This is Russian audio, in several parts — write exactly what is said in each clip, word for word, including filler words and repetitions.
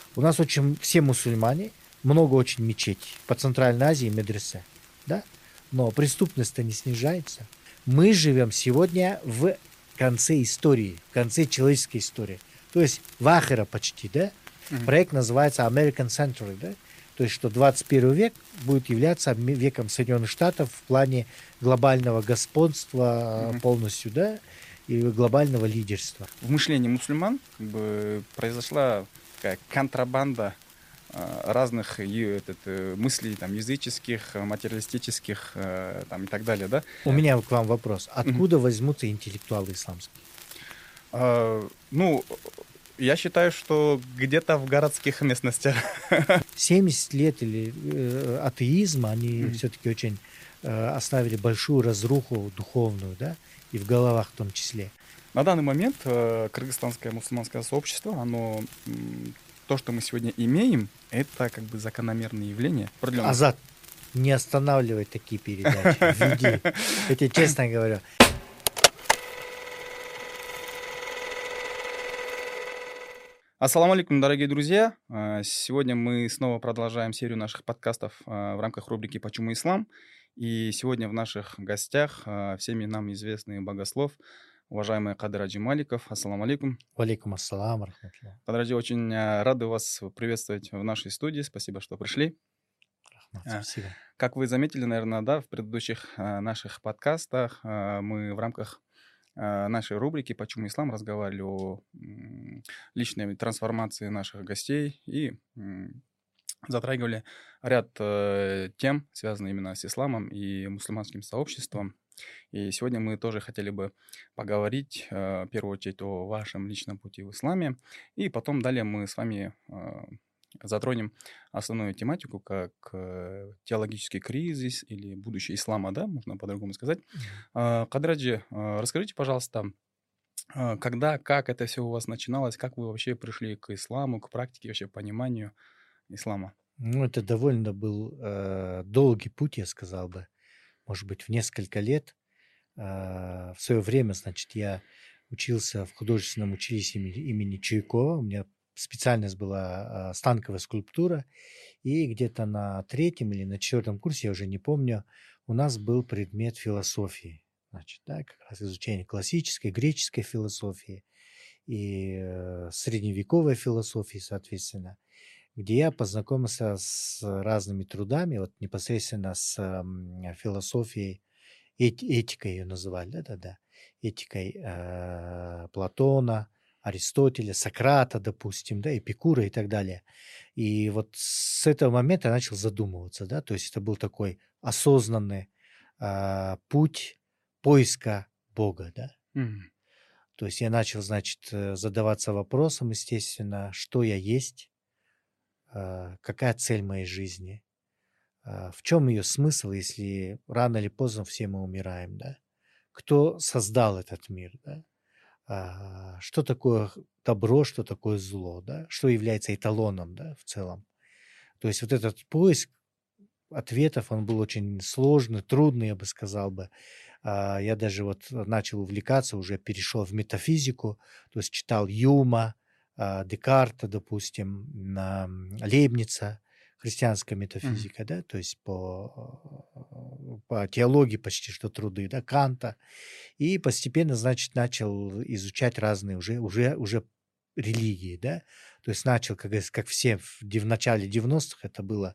У нас очень все мусульмане, много очень мечетей. По Центральной Азии медресе, да? Но преступность-то не снижается. Мы живем сегодня в конце истории, в конце человеческой истории. То есть в ахира почти, да? Мгм. Проект называется American Century, да? То есть что двадцать первый век будет являться ме- веком Соединенных Штатов в плане глобального господства Мгм. полностью, да? И глобального лидерства. В мышлении мусульман как бы произошла такая контрабанда а, разных и- этот, э, мыслей там, языческих, э, материалистических э, там, и так далее, да? У меня к вам вопрос. Мгм. Откуда возьмутся интеллектуалы исламские? А, ну, я считаю, что где-то в городских местностях. семьдесят лет или э, атеизма, они Мгм. все-таки очень э, оставили большую разруху духовную, да, и в головах в том числе. На данный момент э, кыргызстанское мусульманское сообщество, оно м, то, что мы сегодня имеем, это как бы закономерные явления определенных. Азат, не останавливай такие передачи, веди. Я тебе честно говорю. Ассаламу алейкум, дорогие друзья. А, Сегодня мы снова продолжаем серию наших подкастов а, в рамках рубрики «Почему ислам?». И сегодня в наших гостях а, всеми нам известный богослов, уважаемый Кадыр Аджи Маликов. Ассаламу алейкум. Валейкум ассалам, рахматуллах. Кадыр Аджи, очень а, рады вас приветствовать в нашей студии. Спасибо, что пришли. Рахмат, А, спасибо. Как вы заметили, наверное, да, в предыдущих а, наших подкастах а, мы в рамках а, нашей рубрики «Почему ислам?» разговаривали о м, личной трансформации наших гостей и м, затрагивали ряд э, тем, связанных именно с исламом и мусульманским сообществом. И сегодня мы тоже хотели бы поговорить, э, в первую очередь, о вашем личном пути в исламе. И потом далее мы с вами э, затронем основную тематику, как э, теологический кризис или будущее ислама, да, можно по-другому сказать. Мгм. А, Кадыр Аджи, э, расскажите, пожалуйста, а, когда, как это все у вас начиналось, как вы вообще пришли к исламу, к практике, вообще пониманию ислама? Ну, это довольно был э, долгий путь, я сказал бы. Может быть, в несколько лет. А, в свое время, значит, я учился в художественном училище имени, имени Чуйкова. У меня специальность была а, станковая скульптура. И где-то на третьем или на четвертом курсе, я уже не помню, у нас был предмет философии. Значит, да, как раз изучение классической, греческой философии и э, средневековой философии, соответственно, где я познакомился с разными трудами, вот непосредственно с м, философией, эти- этикой ее называли, да-да-да, этикой э, Платона, Аристотеля, Сократа, допустим, да, Эпикура и так далее. И вот с этого момента я начал задумываться, да, то есть это был такой осознанный а, путь поиска Бога, да. Мгм. То есть я начал, значит, э, задаваться вопросом, естественно, что я есть, а, какая цель моей жизни, а, в чем ее смысл, если рано или поздно все мы умираем, да? Кто создал этот мир, да? А, что такое х- добро, что такое зло, да? Что является эталоном, да, в целом? То есть вот этот поиск ответов, он был очень сложный, трудный, я бы сказал бы. А, Я даже вот начал увлекаться, уже перешел в метафизику, то есть читал Юма, а, Декарта, допустим, на м, Лейбница, христианская Мгм. метафизика, да, то есть по, э, по теологии почти что труды, да, Канта. И постепенно, значит, начал изучать разные уже, уже, уже религии, да, то есть начал, как, говорится, как все в, дев- в начале девяностых это было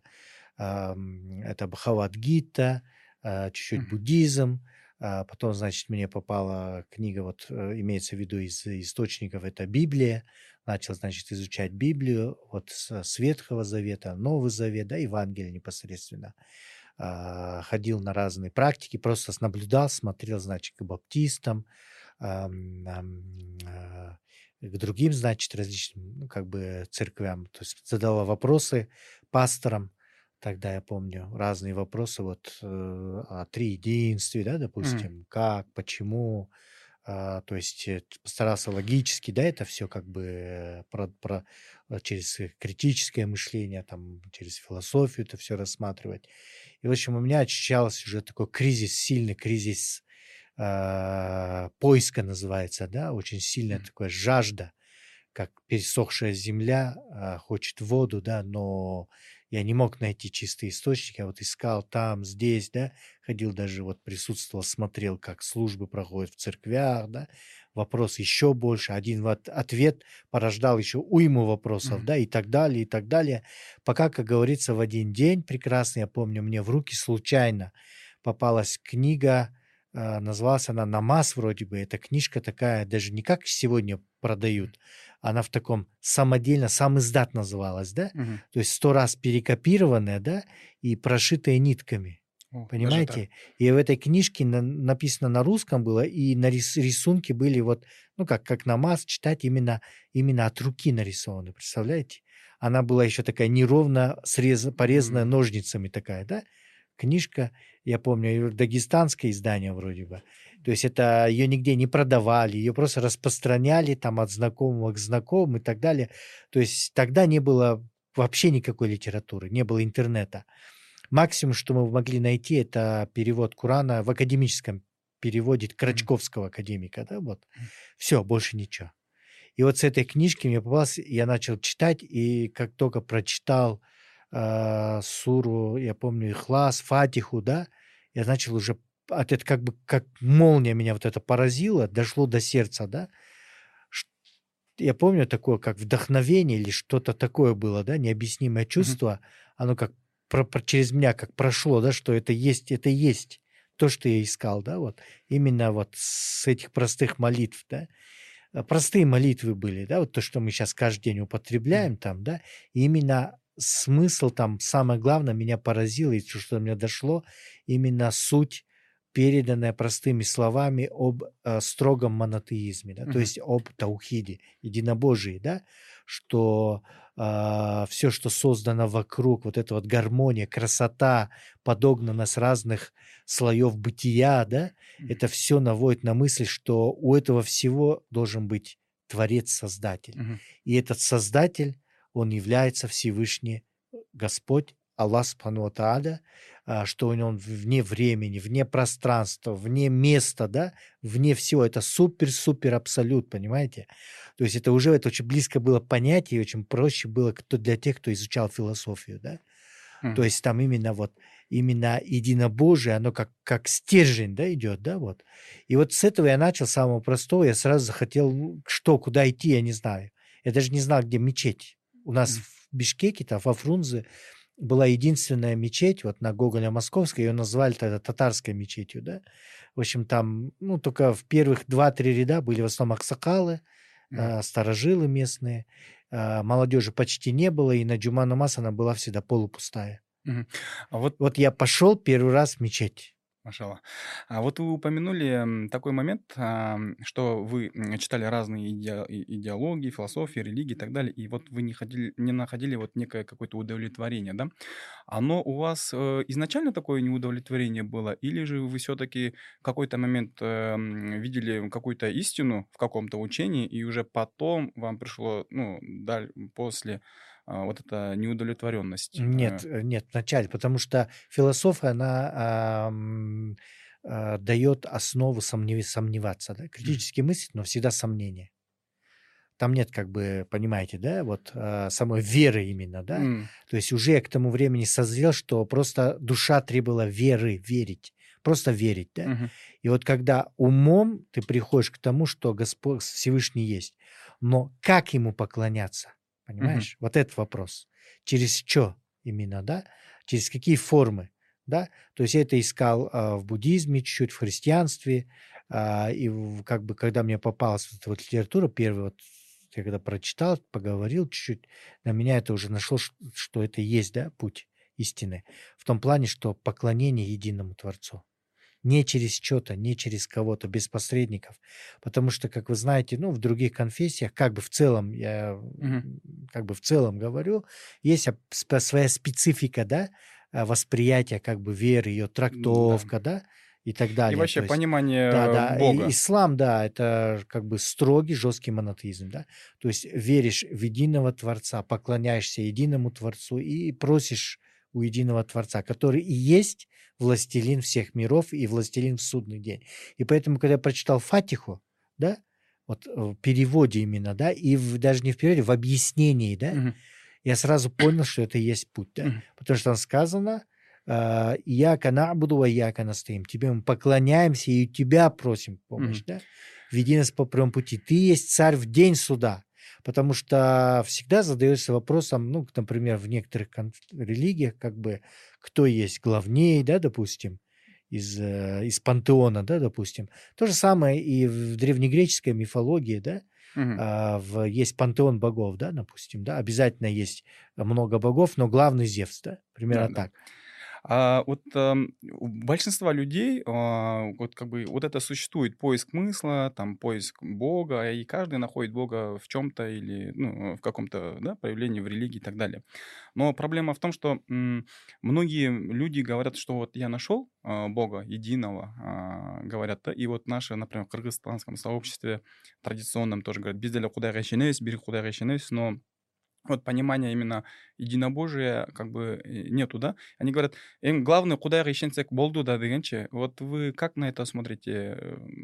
ам, это Бхагавад-гита, а, чуть-чуть Мгм. буддизм, а потом, значит, мне попала книга, вот э, имеется в виду из источников, это Библия, начал, значит, изучать Библию, вот с с Ветхого Завета, Новый Завет, да, Евангелие непосредственно. А, Ходил на разные практики, просто с- наблюдал, смотрел, значит, к баптистам, ам, ам, а, к другим, значит, различным, ну, как бы церквям, то есть задавал вопросы пасторам, тогда я помню разные вопросы вот э, о триединстве, да, Мгм. допустим, как, почему, а, то есть э, т- постарался логически, да, это все как бы э, про, про- э, через э, критическое мышление, там, через философию это все рассматривать. И, в общем, у меня ощущался уже такой кризис, сильный кризис а, поиска называется, да, очень сильная Мгм. такая жажда, как пересохшая земля а, хочет воду, да, но я не мог найти чистый источник, я вот искал там, здесь, да, ходил даже, вот присутствовал, смотрел, как службы проходят в церквях, да, вопрос еще больше, один вот ответ порождал еще уйму вопросов, Мгм. да, и так далее, и так далее, пока, как говорится, в один день прекрасный, я помню, мне в руки случайно попалась книга, а, называлась она «Намаз» вроде бы, это книжка такая, даже не как сегодня продают, она в таком самодельно, сам издат называлась, да, Мгм. то есть сто раз перекопированная, да, и прошитая нитками. О, даже так. Понимаете? И в этой книжке на- написано на русском было, и на рис- рисунки были вот, ну, как, как намаз читать именно, именно от руки нарисованы, представляете? Она была еще такая неровно срез... порезанная М. ножницами такая, да? Книжка, я помню, её дагестанское издание вроде бы. То есть это ее нигде не продавали, ее просто распространяли там от знакомого к знакомым и так далее. То есть тогда не было вообще никакой литературы, не было интернета. Максимум, что мы могли найти, это перевод Корана в академическом переводе Мгм. Крачковского академика, да, вот. Мгм. Все, больше ничего. И вот с этой книжки мне попался, я начал читать, и как только прочитал а, суру, я помню, Ихлас, Фатиху, да, я начал уже, от это как бы как молния меня вот это поразило, дошло до сердца, да. Ш- Я помню такое, как вдохновение или что-то такое было, да, необъяснимое Мгм. чувство, оно как про- про- через меня как прошло, да, что это есть, это есть то, что я искал, да, вот именно вот с этих простых молитв, да. А, простые молитвы были, да, вот то, что мы сейчас каждый день Мгм. употребляем там, да, и именно смысл там, самое главное, меня поразило, и то, что до меня дошло, именно суть, переданная простыми словами об э, строгом монотеизме, да, то Мгм. есть об таухиде, единобожии, да, что все, что создано вокруг, вот эта вот гармония, красота, подогнана с разных слоев бытия, да, Мгм. это все наводит на мысль, что у этого всего должен быть Творец-Создатель. Мгм. И этот Создатель, он является Всевышний Господь, Аллах Субхану ва Тааля, а, что он он вне времени, вне пространства, вне места, да, вне всего. Это супер-супер абсолют, понимаете? То есть это уже это очень близко было понятие, и очень проще было кто, для тех, кто изучал философию, да. То Мгм. есть там именно вот, именно единобожие, оно как, как стержень, да, идет, да, вот. И вот с этого я начал, самого простого, я сразу захотел, ну, что, куда идти, я не знаю. Я даже не знал, где мечеть. У нас Мгм. в Бишкеке, там, во Фрунзе, была единственная мечеть, вот на Гоголя Московской, ее назвали тогда татарской мечетью, да. В общем, там, ну, только в первых два-три ряда были в основном аксакалы, Мгм. а, старожилы местные, а, молодежи почти не было, и на Джума намаз она была всегда полупустая. Мгм. А вот Вот я пошел первый раз в мечеть. Машаллах. А вот вы упомянули, м, такой момент, ам, что вы, м, читали разные идео и идеологии, философии, религии и так далее, и вот вы не ходили не находили вот некое какое-то удовлетворение, да? Оно у вас, э, изначально такое неудовлетворение было, или же вы все таки в какой-то момент, эм, видели какую-то истину в каком-то учении, и уже потом вам пришло, ну, даль после, а, вот эта неудовлетворенность? Э, Нет, э, нет, вначале, потому что философия, она ам, а, дает основу сомневи- сомневаться, да, мгм, критически мыслить, но всегда сомнение. Там нет, как бы, понимаете, да, вот а, самой веры именно, да. м, То есть уже я к тому времени созрел, что просто душа требовала веры, верить, просто верить, да. мгм, И вот когда умом ты приходишь к тому, что Господь Всевышний есть, но как ему поклоняться, мгм, понимаешь? Вот этот вопрос. Через что именно, да? Через какие формы, да? То есть я это искал а, в буддизме, чуть-чуть в христианстве, а, и в- как бы когда мне попалась вот эта вот литература, первый вот я когда прочитал, поговорил чуть-чуть, на меня это уже нашло, ш- что это и есть, да, путь истины. В том плане, что поклонение единому Творцу. Не через что-то, не через кого-то, без посредников. Потому что, как вы знаете, ну, в других конфессиях, как бы в целом, я мгм. м, как бы в целом говорю, есть ап- спе- своя специфика, да, а, восприятия как бы веры, ее Да. трактовка, да, и так И далее. вообще То есть, да, понимание да, и Бога. ислам, да, это как бы строгий, жесткий монотеизм, да. То есть веришь в единого Творца, поклоняешься единому Творцу и просишь у единого Творца, который и есть властелин всех миров и властелин в судный день. И поэтому, когда я прочитал Фатиху, да, вот в переводе именно, да, и в, даже не в переводе, в объяснении, да, Мгм. я сразу понял, что это и есть путь, да, Мгм. потому что там сказано, а, «Ияка набуду ва ияка настоим», тебе мы поклоняемся и у тебя просим помощь, Мгм. да, веди нас по прямому пути, ты есть царь в день суда, потому что всегда задаешься вопросом, ну, например, в некоторых конф- религиях, как бы, кто есть главней, да, допустим, из, э, из пантеона, да, допустим. То же самое и в древнегреческой мифологии, да, Мгм. а, в, есть пантеон богов, да, допустим, да, обязательно есть много богов, но главный Зевс, да, Да, примерно да. так. А вот, ам, у большинства людей, а, вот как бы вот это существует поиск смысла, там поиск Бога, и каждый находит Бога в чем-то или, ну, в каком-то, да, проявлении в религии и так далее. Но проблема в том, что, м, многие люди говорят, что вот я нашел, а, Бога единого, а, говорят, да, и вот наши, например, в кыргызстанском сообществе традиционном тоже говорят: «Bizde Кудайга ишенебиз, бир Кудайга ишенебиз», но вот понимания именно единобожия как бы э, нету, да? Они говорят: «Эң главный Кудайга ишенсек болду да», дегенче. Вот вы как на это смотрите?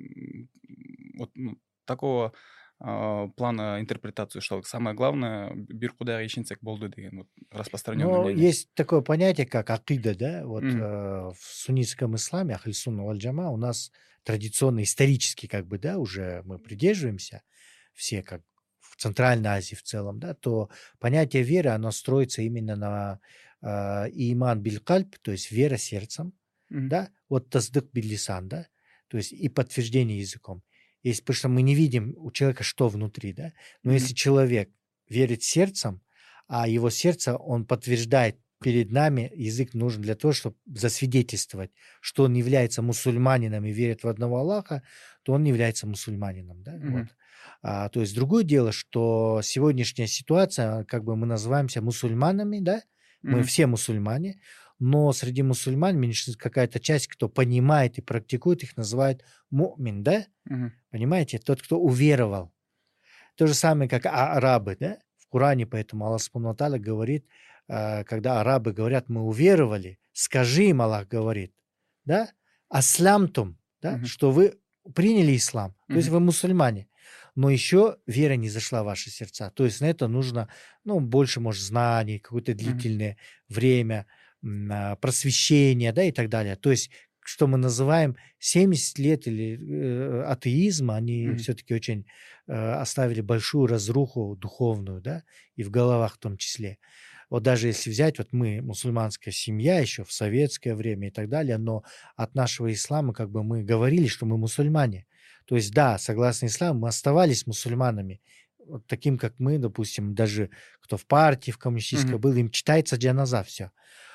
М, Вот, ну, такого а, плана интерпретацию, что самое главное бир Кудайга ишенсек болду деген вот распространенное Но мнение. есть такое понятие, как акида, да, вот э, Мгм. в суннитском исламе, ахль сунна валь джама, у нас традиционно, исторически, как бы, да, уже мы придерживаемся, все как в Центральной Азии в целом, да, то понятие веры, оно строится именно на э, иман биль кальб, то есть вера сердцем, Мгм. да, вот таздык биль лисан, да, то есть и подтверждение языком. Есть, потому что мы не видим у человека, что внутри, да, но Мгм. если человек верит сердцем, а его сердце, он подтверждает перед нами, язык нужен для того, чтобы засвидетельствовать, что он является мусульманином и верит в одного Аллаха, то он является мусульманином, да, Мгм. вот. А, то есть другое дело, что сегодняшняя ситуация, как бы мы называемся мусульманами, да, мы Мгм. все мусульмане, но среди мусульман меньшинство, какая-то часть, кто понимает и практикует, их называют мумин, да, Мгм. понимаете, тот, кто уверовал. То же самое, как а- арабы, да? В Коране, поэтому Аллах Субхану ва Тааля говорит, э, когда арабы говорят, мы уверовали, скажи им, Аллах говорит, да, аслямтум, да, Мгм. что вы приняли ислам, то есть Мгм. вы мусульмане, но еще вера не зашла в ваши сердца. То есть на это нужно, ну, больше, может, знаний, какое-то Мгм. длительное время, м, а, просвещение, да, и так далее. То есть что мы называем семьдесят лет или э, атеизма, они Мгм. все-таки очень э, оставили большую разруху духовную, да, и в головах в том числе. Вот даже если взять, вот мы мусульманская семья еще в советское время и так далее, но от нашего ислама как бы мы говорили, что мы мусульмане. То есть да, согласно исламу, мы оставались мусульманами, вот таким, как мы, допустим, даже кто в партии, в коммунистической Мгм. был, им читается джаназа все.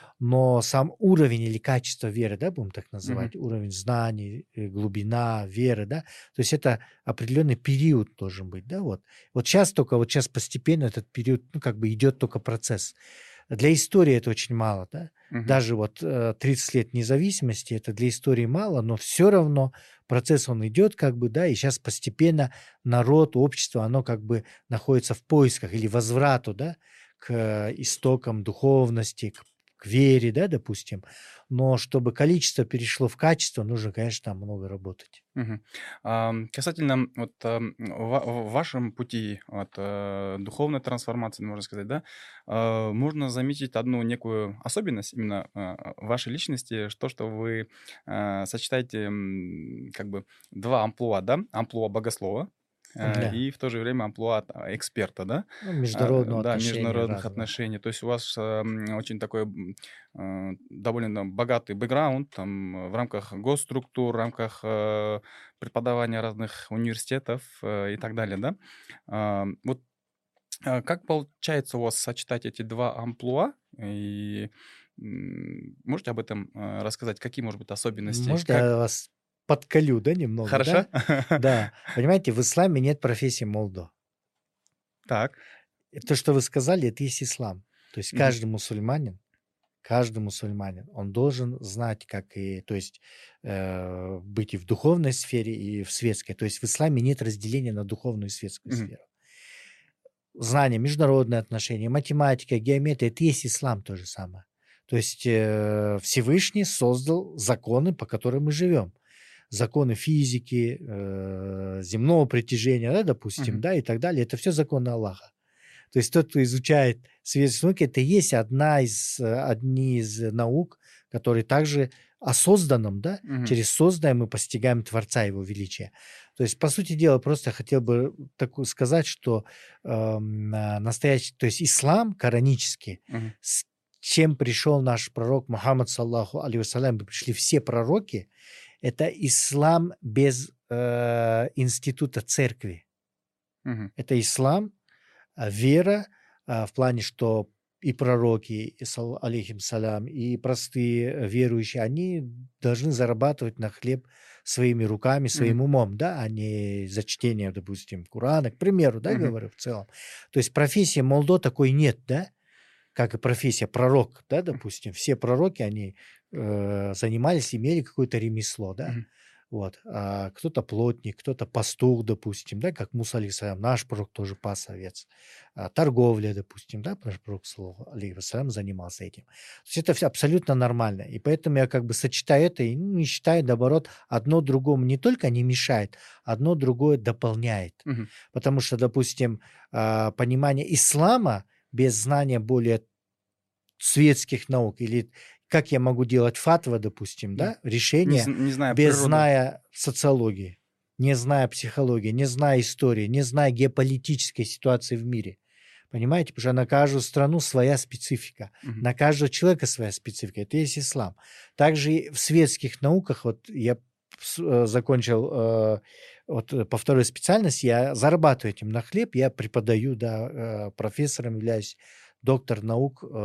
Но сам уровень или качество веры, да, будем так Мгм. называть, уровень знаний, э, глубина веры, да, то есть это определенный период должен быть, да, вот. Вот сейчас только, вот сейчас постепенно этот период, ну, как бы идет только процесс. Для истории это очень мало, да. Мгм. Даже вот э, тридцать лет независимости, это для истории мало, но все равно процесс он идет, как бы, да, и сейчас постепенно народ, общество, оно как бы находится в поисках или возврату, да, к э, истокам духовности, к к вере, да, допустим. Но чтобы количество перешло в качество, нужно, конечно, там много работать. Мгм. Ам, касательно вот, ам, ва в вашем пути от, э, духовной трансформации, можно сказать, да, а, можно заметить одну некую особенность именно, а, вашей личности, что что вы, а, сочетаете, м, как бы два амплуа, да? Амплуа богослова, э, Да. и в то же время амплуа т эксперта, да? Ну, А, международного да, отношения международных разного. отношений. То есть у вас, ам, очень такой, м, а, довольно богатый бэкграунд там, э, в рамках госструктур, в рамках, э, преподавания разных университетов, э, и так далее, да? А, вот, а, как получается у вас сочетать эти два амплуа? И, м, можете об этом, э, рассказать? Какие, может быть, особенности? Можно Как я вас подколю, да, немного, Хорошо? да? Да. Понимаете, в исламе нет профессии молдо. Так. И то, что вы сказали, это есть ислам. То есть Мгм. каждый мусульманин, каждый мусульманин, он должен знать, как и, то есть э, быть и в духовной сфере, и в светской. То есть в исламе нет разделения на духовную и светскую Мгм. сферу. Знания, международные отношения, математика, геометрия, это и есть ислам то же самое. То есть э, Всевышний создал законы, по которым мы живем. законы физики, э, земного притяжения, да, допустим, Мгм. да, и так далее. Это все законы Аллаха. То есть тот, кто изучает светские науки, это и есть одна из, э, одни из наук, которые также о созданном, да, Мгм. через созданное мы постигаем Творца, Его величия. То есть, по сути дела, просто я хотел бы такое сказать, что эм, а, настоящий, то есть ислам коранический, Мгм. с чем пришел наш пророк Мухаммад, саллаху алейхи вассалям, пришли все пророки, это ислам без э, института церкви. Мгм. Это ислам, а, вера, а, в плане, что и пророки, и сал- алейхим салям, и простые э, верующие, они должны зарабатывать на хлеб своими руками, Мгм. своим умом, да, а не за чтение, допустим, Корана, к примеру, да, Мгм. говорю в целом. То есть профессии молдо такой нет, да, как и профессия пророк, да, допустим. Все пророки, они э, занимались, имели какое-то ремесло, да. Мгм. Вот. А кто-то плотник, кто-то пастух, допустим, да, как Муса алейхиссалям, наш пророк тоже пас овец. А, торговля, допустим, да, наш пророк саллаллаху алейхи вассалям занимался этим. То есть это все абсолютно нормально. И поэтому я как бы сочетаю это и ну, не считаю, наоборот, одно другому не только не мешает, одно другое дополняет. Мгм. Потому что, допустим, а, понимание ислама без знания более светских наук или как я могу делать фатва, допустим, Да. да, Не, решение з- не зная без природу. зная социологии, не зная психологии, не зная истории, не зная геополитической ситуации в мире. Понимаете? Потому что на каждую страну своя специфика, Мгм. на каждого человека своя специфика. Это и есть ислам. Также и в светских науках, вот я с- э, закончил э, вот э, по второй специальности, я зарабатываю этим на хлеб, я преподаю, да, э, профессором являюсь, доктор наук э,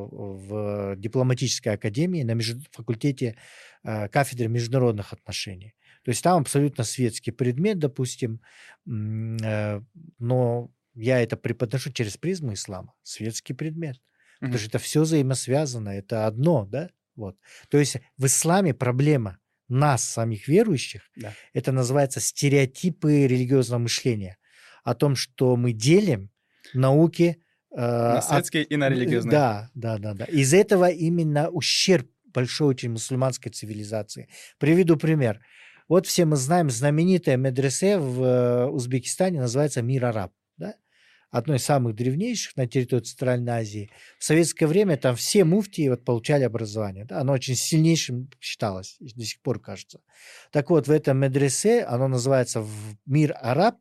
в дипломатической академии на меж- факультете э, кафедры международных отношений. То есть там абсолютно светский предмет, допустим, м, э, но я это преподношу через призму ислама, светский предмет. Потому Мгм. что это все взаимосвязано, это одно, да? Вот. То есть в исламе проблема нас, самих верующих, Да. это называется стереотипы религиозного мышления. О том, что мы делим науки э, На от... светские и на э, религиозные. Да, да, да, да. Из этого именно ущерб большой очень мусульманской цивилизации. Приведу пример. Вот все мы знаем знаменитое медресе в э, Узбекистане, называется Мир Араб. Да? Одно из самых древнейших на территории Центральной Азии. В советское время там все муфтии вот получали образование. Да? Оно очень сильнейшим считалось, и до сих пор кажется. Так вот, в этом медресе, оно называется в Мир Араб,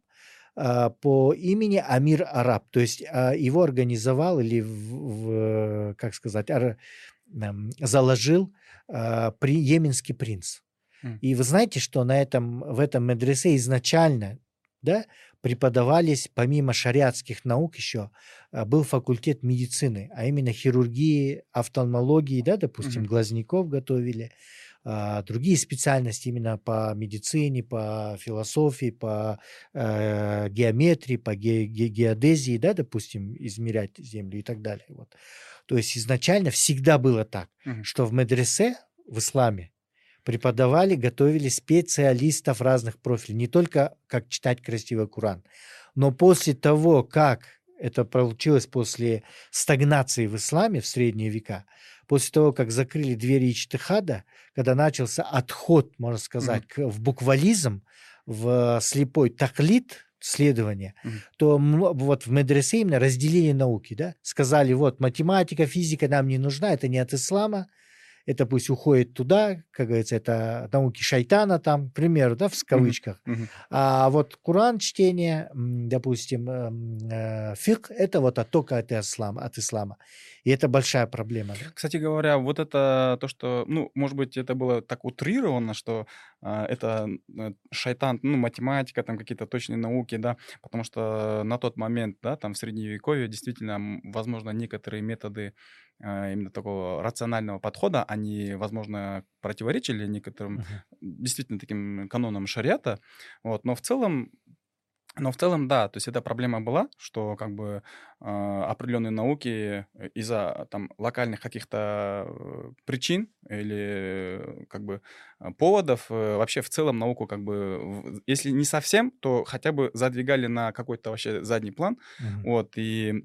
а, по имени Амир Араб. То есть а, его организовал или, в, в, как сказать, ор- эм, заложил а, при, йеменский принц. М. И вы знаете, что на этом, в этом медресе изначально, да, преподавались, помимо шариатских наук еще, а, был факультет медицины, а именно хирургии, офтальмологии, да, допустим, Мгм. глазников готовили, а, другие специальности именно по медицине, по философии, по э, геометрии, по ге- ге- геодезии, да, допустим, измерять Землю и так далее. Вот. То есть изначально всегда было так, Мгм. что в медресе, в исламе, преподавали, готовили специалистов разных профилей. Не только как читать красивый Коран, но после того, как это получилось после стагнации в исламе в средние века, после того, как закрыли двери ичтихада, когда начался отход, можно Мгм. сказать, к- в буквализм, в слепой таклид, следование, Мгм. то м- вот в медресе именно разделили науки, да, сказали, вот математика, физика нам не нужна, это не от ислама, это пусть уходит туда, как говорится, это науки шайтана там, к примеру, да, в Мгм. кавычках. Мгм. А вот Куран чтение, м, допустим, эм, э, фикх, это вот от, только от ислама, от ислама. И это большая проблема, да? Кстати говоря, вот это то, что, ну, может быть, это было так утрировано, что а, это э, шайтан, ну, математика, там какие-то точные науки, да, потому что на тот момент, да, там в Средневековье действительно, м, возможно, некоторые методы а, именно такого рационального подхода, они, возможно, противоречили некоторым Мгм. действительно таким канонам шариата, вот, но в целом но в целом, да, то есть эта проблема была, что как бы а, определенные науки э, из-за там локальных каких-то э, причин или э, как бы а, поводов э, вообще в целом науку как бы, в- если не совсем, то хотя бы задвигали на какой-то вообще задний план, Мгм. вот, и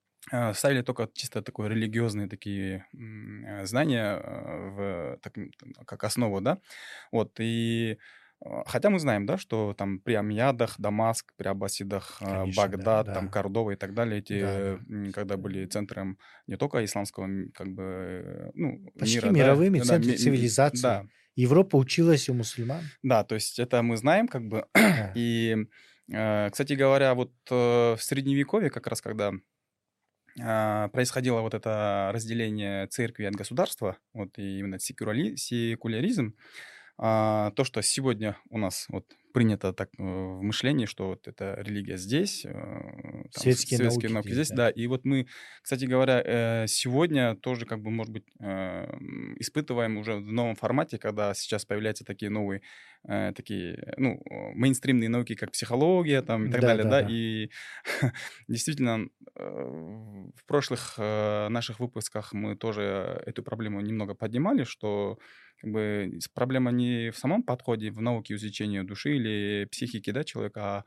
а, ставили только чисто такое религиозные такие м, э, знания э, в, так, м, как основу, да, вот, и А, Хотя мы знаем, да, что там при Амьядах, Дамаск, при Аббасидах, а, Конечно, да, Багдад, там да, Кордова и так далее, эти, да, да. м, когда были центром не только исламского, м, как бы, э, ну, Почти мира, да, мировыми да, центры ми- ми- цивилизации. да, Европа училась у мусульман. да, то есть это мы знаем, как бы, Да. и, э, кстати говоря, вот э, в Средневековье, как раз когда а, происходило вот это разделение церкви от государства, вот и именно секуляри- секуляризм, а, то, что сегодня у нас вот принято так э, в мышлении, что вот эта религия здесь, э, там с- Светские светские науки науки здесь, здесь, да. да. И вот мы, кстати говоря, э, сегодня тоже как бы, может быть, э, м, испытываем уже в новом формате, когда сейчас появляются такие новые, э, такие, э, ну, э, мейнстримные науки, как психология там и так Да, далее, да, да. да. И действительно, э, в прошлых э, наших выпусках мы тоже эту проблему немного поднимали, что как бы с- проблема не в самом подходе в науке изучения души или психики, да, человека, а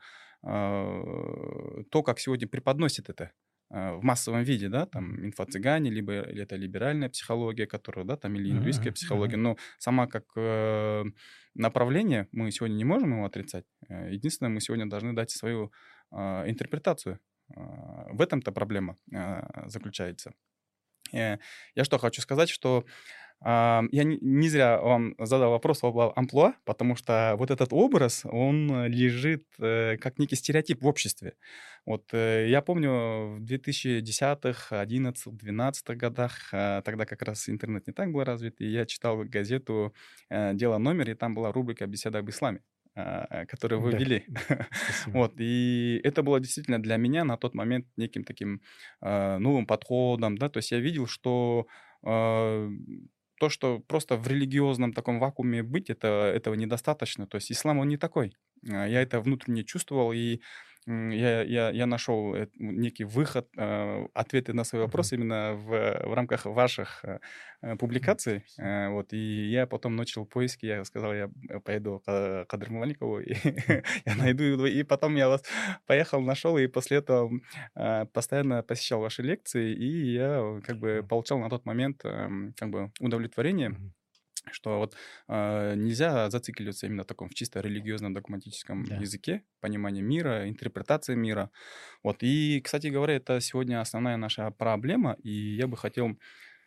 а, то, как сегодня преподносит это а, в массовом виде, да, Мгм. там инфо-цыгане, либо или это либеральная психология, которая, да, там или Мгм, индуистская мгм, психология, мгм. но сама как э, направление мы сегодня не можем его отрицать. Э, Единственное, мы сегодня должны дать свою а, интерпретацию. А, В этом-то проблема а, заключается. Э, Я что хочу сказать, что а, я не не зря вам задал вопрос об а амплуа, потому что вот этот образ, он э, лежит, э, как некий стереотип в обществе. Вот, э, я помню, в две тысячи десятых, одиннадцатых, двенадцатых годах, а, тогда как раз интернет не так был развит, и я читал газету, э, "Дело номер", и там была рубрика "Беседа об исламе", а, которую вы Да, вели. да. Спасибо. Вот, и это было действительно для меня на тот момент неким таким, а, новым подходом, да. То есть я видел, что, а, то, что просто в религиозном таком вакууме быть, это, этого недостаточно. То есть ислам, он не такой. А, Я это внутренне чувствовал, и м, я, я, я нашел э, некий выход, а, ответы на свои Мгм. вопросы именно в, в рамках ваших э, э, М, публикаций. спасибо. Э, Вот, и я потом начал поиски, я сказал, я э, поеду к Кадру Маликову, и М, я м, найду его. И потом я вас поехал, нашел, и после этого а, постоянно посещал ваши лекции, и я э, как бы м, получал на тот момент эм, как бы удовлетворение, мгм. что вот а, нельзя зацикливаться именно в таком в чисто религиозном догматическом Да. языке, понимании мира, интерпретации мира. Вот. И, кстати говоря, это сегодня основная наша проблема, и я бы хотел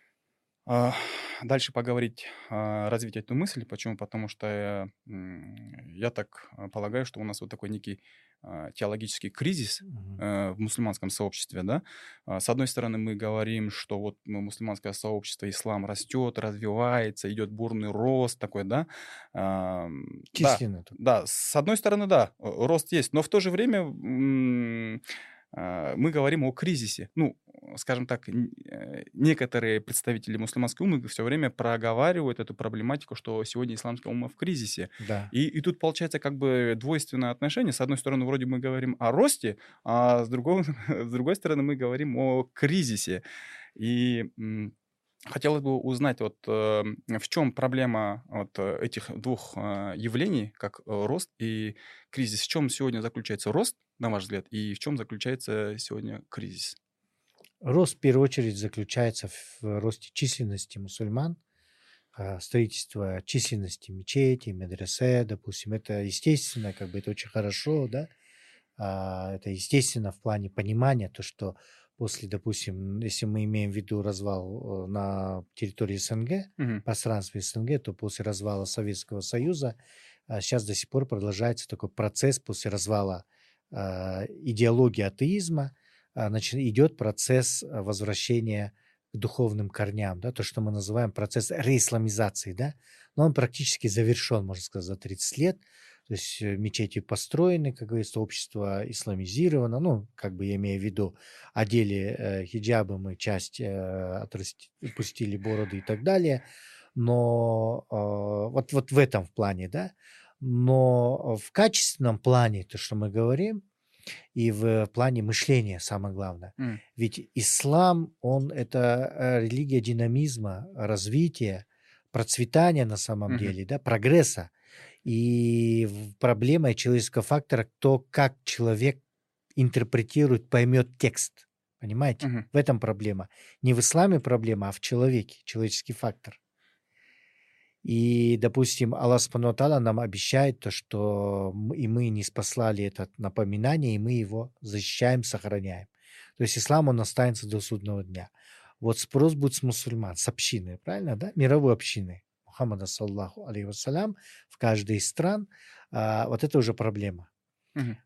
а, дальше поговорить, а, развить эту мысль. Почему? Потому что э, м, я так а, полагаю, что у нас вот такой некий а, теологический кризис Мгм. э, в мусульманском сообществе, да. А, С одной стороны, мы говорим, что вот ну, мусульманское сообщество, ислам растет, развивается, идет бурный рост такой, да. Ам, Да, Численно тут. да, с одной стороны, да, э, рост есть, но в то же время м, а, мы говорим о кризисе. Ну, скажем так, н- э, некоторые представители мусульманской умы все время проговаривают эту проблематику, что сегодня исламская умма в кризисе. Да. И, и тут получается как бы двойственное отношение. С одной стороны, вроде мы говорим о росте, а с другой, с другой стороны, мы говорим о кризисе. И м, хотелось бы узнать, вот э, в чем проблема вот э, этих двух э, явлений, как э, рост и кризис. В чем сегодня заключается рост, на ваш взгляд, и в чем заключается сегодня кризис? Рост в первую очередь заключается в росте численности мусульман, а, строительство численности мечетей, медресе, допустим. Это естественно, как бы это очень хорошо, да. А, это естественно в плане понимания, то, что после, допустим, если мы имеем в виду развал э, на территории СНГ, Мгм. пространстве СНГ, то после развала Советского Союза а, сейчас до сих пор продолжается такой процесс после развала а, идеологии атеизма, а, значит, идет процесс а, возвращения к духовным корням, да, то, что мы называем процесс реисламизации, да, но он практически завершен, можно сказать, за тридцать лет. То есть э, мечети построены, как говорится, общество исламизировано. Ну, как бы я имею в виду, одели э, хиджабы, мы часть э, отрасти- пустили бороды и так далее. Но э, вот, вот в этом в плане, да. Но в качественном плане, то, что мы говорим, и в плане мышления самое главное. М. Ведь ислам, он это э, религия динамизма, развития, процветания на самом Мгм. деле, да, прогресса. И в- проблема человеческого фактора, то, как человек интерпретирует, поймет текст. Понимаете? Мгм. В этом проблема. Не в исламе проблема, а в человеке, человеческий фактор. И, допустим, Аллах Субхану ва Тааля нам обещает то, что м- и мы не спаслали это напоминание, и мы его защищаем, сохраняем. То есть ислам, он останется до судного дня. Вот спрос будет с мусульман, с общины, правильно, да? Мировой общины Мухаммада, саллаху алейхи вассалям, в каждой из стран. А, вот это уже проблема. Мгм.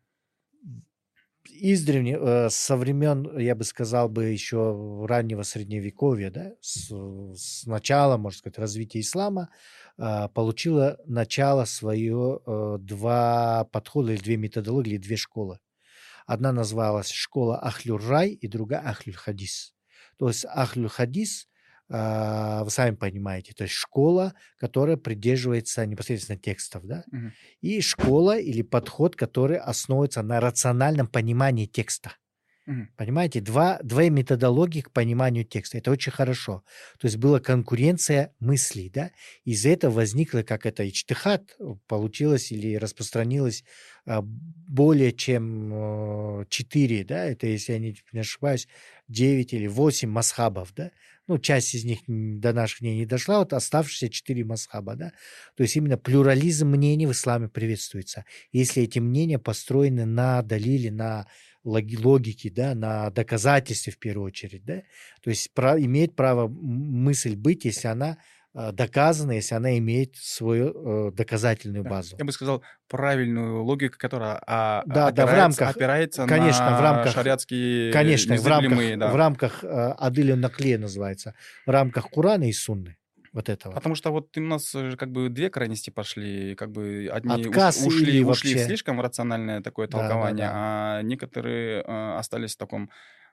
Издревле, э, со времен, я бы сказал бы, еще раннего средневековья, да, с, с начала, можно сказать, развития ислама, а, получило начало свое э, два подхода, или две методологии, или две школы. Одна называлась школа Ахлюр-Рай и другая Ахлюр-Хадис. То есть Ахлюр-Хадис, а, вы сами понимаете, то есть школа, которая придерживается непосредственно текстов, да, Мгм. и школа или подход, который основывается на рациональном понимании текста. Мгм. Понимаете, два, две методологии к пониманию текста. Это очень хорошо. То есть была конкуренция мыслей, да? Из-за этого возникло, как это иджтихад получилось или распространилось а, более чем э, четыре, да? Это, если я не, не ошибаюсь, девять или восемь масхабов, да? Ну, часть из них м, до наших дней не дошла, вот оставшиеся четыре масхаба, да? То есть именно плюрализм мнений в исламе приветствуется. Если эти мнения построены на далиле, на логи- логики, да, на доказательстве в первую очередь, да, то есть пра- имеет право м- мысль быть, если она э, доказана, если она имеет свою э, доказательную Да. базу. Я бы сказал, правильную логику, которая а, а, Да, да, в опирается, рамках, опирается конечно, в на рамках, шариатские конечно, в рамках, незыблемые, в да. рамках э, Адыль Накле называется, в рамках Курана и Сунны, вот это вот. Потому что вот у нас э, как бы две крайности пошли, как бы одни уш- Отказ ушли, или ушли в вообще, слишком рациональное такое да, да, толкование, да, а некоторые э, остались в таком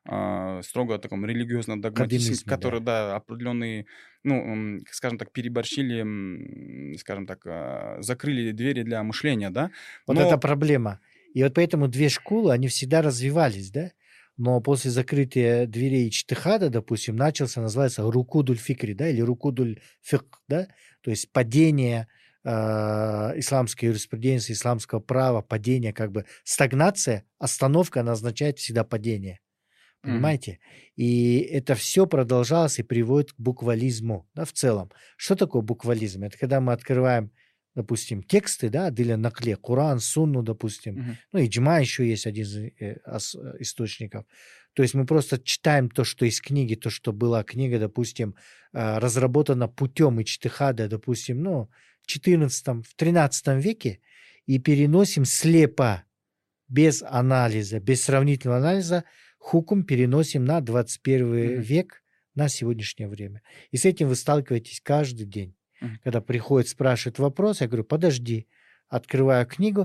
а, строго таком религиозном догматизме, кадымизме, который, да. да, определенные, ну, м, скажем так, переборщили, м, скажем так, а, закрыли двери для мышления, да, Вот это но проблема. И вот поэтому две школы, они всегда развивались, да? Но после закрытия дверей иджтихада, допустим, начался, называется, рукудуль фикри, да, или рукудуль фикх, да? То есть падение э, исламской юриспруденции, исламского права, падение, как бы стагнация, остановка, она означает всегда падение. мгм, Понимаете? И это все продолжалось и приводит к буквализму, да, в целом. Что такое буквализм? Это когда мы открываем, допустим, тексты, да, или накле, Коран, Сунну, допустим, мгм, ну, и Иджма еще есть один из э, ос- э, источников. То есть мы просто читаем то, что из книги, то, что была книга, допустим, э, разработана путем иджтихада, допустим, ну, в четырнадцатом, в тринадцатом веке, и переносим слепо, без анализа, без сравнительного анализа, хукум переносим на двадцать первый мгм, век, на сегодняшнее время. И с этим вы сталкиваетесь каждый день. мгм, Когда приходит, спрашивает вопрос, я говорю, подожди, открываю книгу,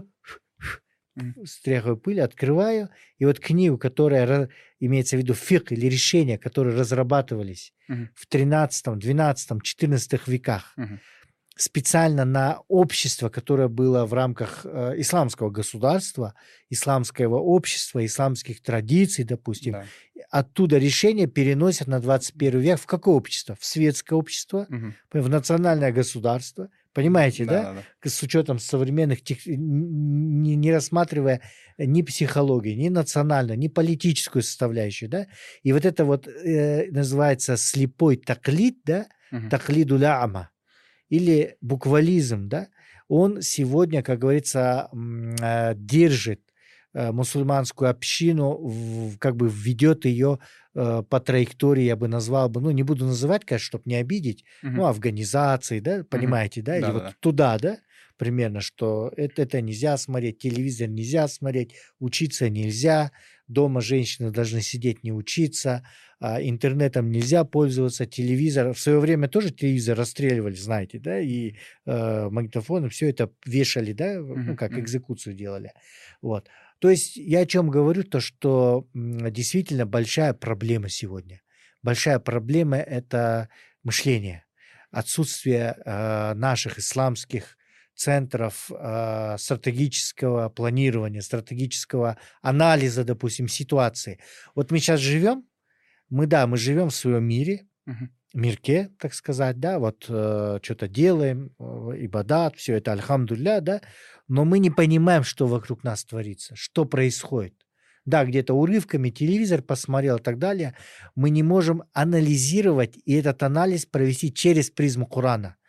мгм, стряхиваю пыль, открываю, и вот книгу, которая, ра- имеется в виду фикх или решения, которые разрабатывались мгм, в тринадцатом, двенадцатом, четырнадцатом веках, мгм. специально на общество, которое было в рамках э, исламского государства, исламского общества, исламских традиций, допустим, Да. оттуда решения переносят на двадцать первый век. В какое общество? В светское общество, Мгм. в национальное государство. Понимаете, да? Да-да-да. К- С учетом современных, тех- н- не, не рассматривая ни психологию, ни национальную, ни политическую составляющую, да? И вот это вот э, называется слепой таклид, да? Мгм. Таклидуль ама или буквализм, да, он сегодня, как говорится, м, э, держит э, мусульманскую общину, в- как бы ведет ее э, по траектории, я бы назвал бы, ну, не буду называть, конечно, чтобы не обидеть, Мгм. ну, афганизации, да, Мгм. понимаете, да, или вот Да-да-да. туда, да, примерно, что это, это нельзя смотреть, телевизор нельзя смотреть, учиться нельзя, дома женщины должны сидеть, не учиться, а, интернетом нельзя пользоваться, телевизор. В свое время тоже телевизор расстреливали, знаете, да, и э, магнитофоны, все это вешали, да, ну, Мгм. как Мгм. экзекуцию делали. Вот. То есть я о чем говорю, то, что м, действительно большая проблема сегодня. Большая проблема – это мышление, отсутствие э, наших исламских центров э, стратегического планирования, стратегического анализа, допустим, ситуации. Вот мы сейчас живем, мы, да, мы живем в своем мире, Мгм. мирке, так сказать, да, вот э, что-то делаем, э, ибадат, все это, альхамдулля, да, но мы не понимаем, что вокруг нас творится, что происходит. Да, где-то урывками телевизор посмотрел и так далее. Мы не можем анализировать и этот анализ провести через призму Корана.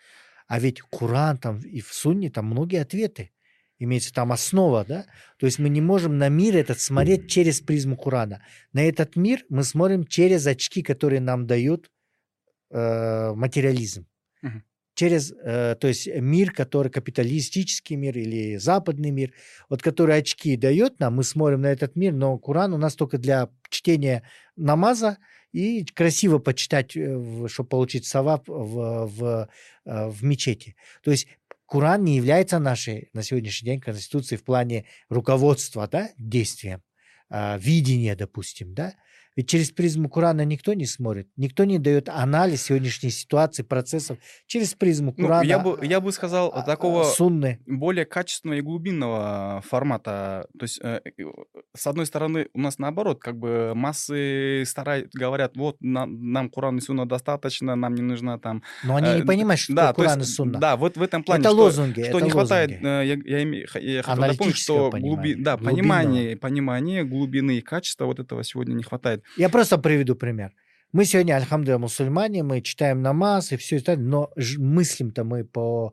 А ведь Коран там и в Сунне там многие ответы. Имеется там основа, да? То есть мы не можем на мир этот смотреть через призму Корана. На этот мир мы смотрим через очки, которые нам дает э, материализм. Мгм. Через, э, то есть мир, который капиталистический мир или западный мир, вот который очки дает нам, мы смотрим на этот мир, но Коран у нас только для чтения намаза и красиво почитать, чтобы получить саваб в, в, э, в мечети. То есть Коран не является нашей на сегодняшний день конституцией в плане руководства, да, действием, э, видения, допустим, да. Ведь через призму Корана никто не смотрит, никто не дает анализ сегодняшней ситуации, процессов через призму Ну, Корана, я бы, я бы сказал, а, а, такого сунны. более качественного и глубинного формата. То есть, э, э, с одной стороны, у нас наоборот, как бы массы старают, говорят, вот нам, нам Коран и Сунна достаточно, нам не нужно там... Но они э, не д- понимают, что да, такое то есть, Коран и Сунна. да, вот в этом плане, Это что, лозунги, что это не хватает, лозунги э, я, я, име- х- я хотел дополнить, аналитического что глуби, понимания, да, глубинного. понимание, понимание глубины и качества вот этого сегодня не хватает. Я просто приведу пример. Мы сегодня, альхамдулилля, мусульмане, мы читаем намаз и все это, но ж- мыслим-то мы по,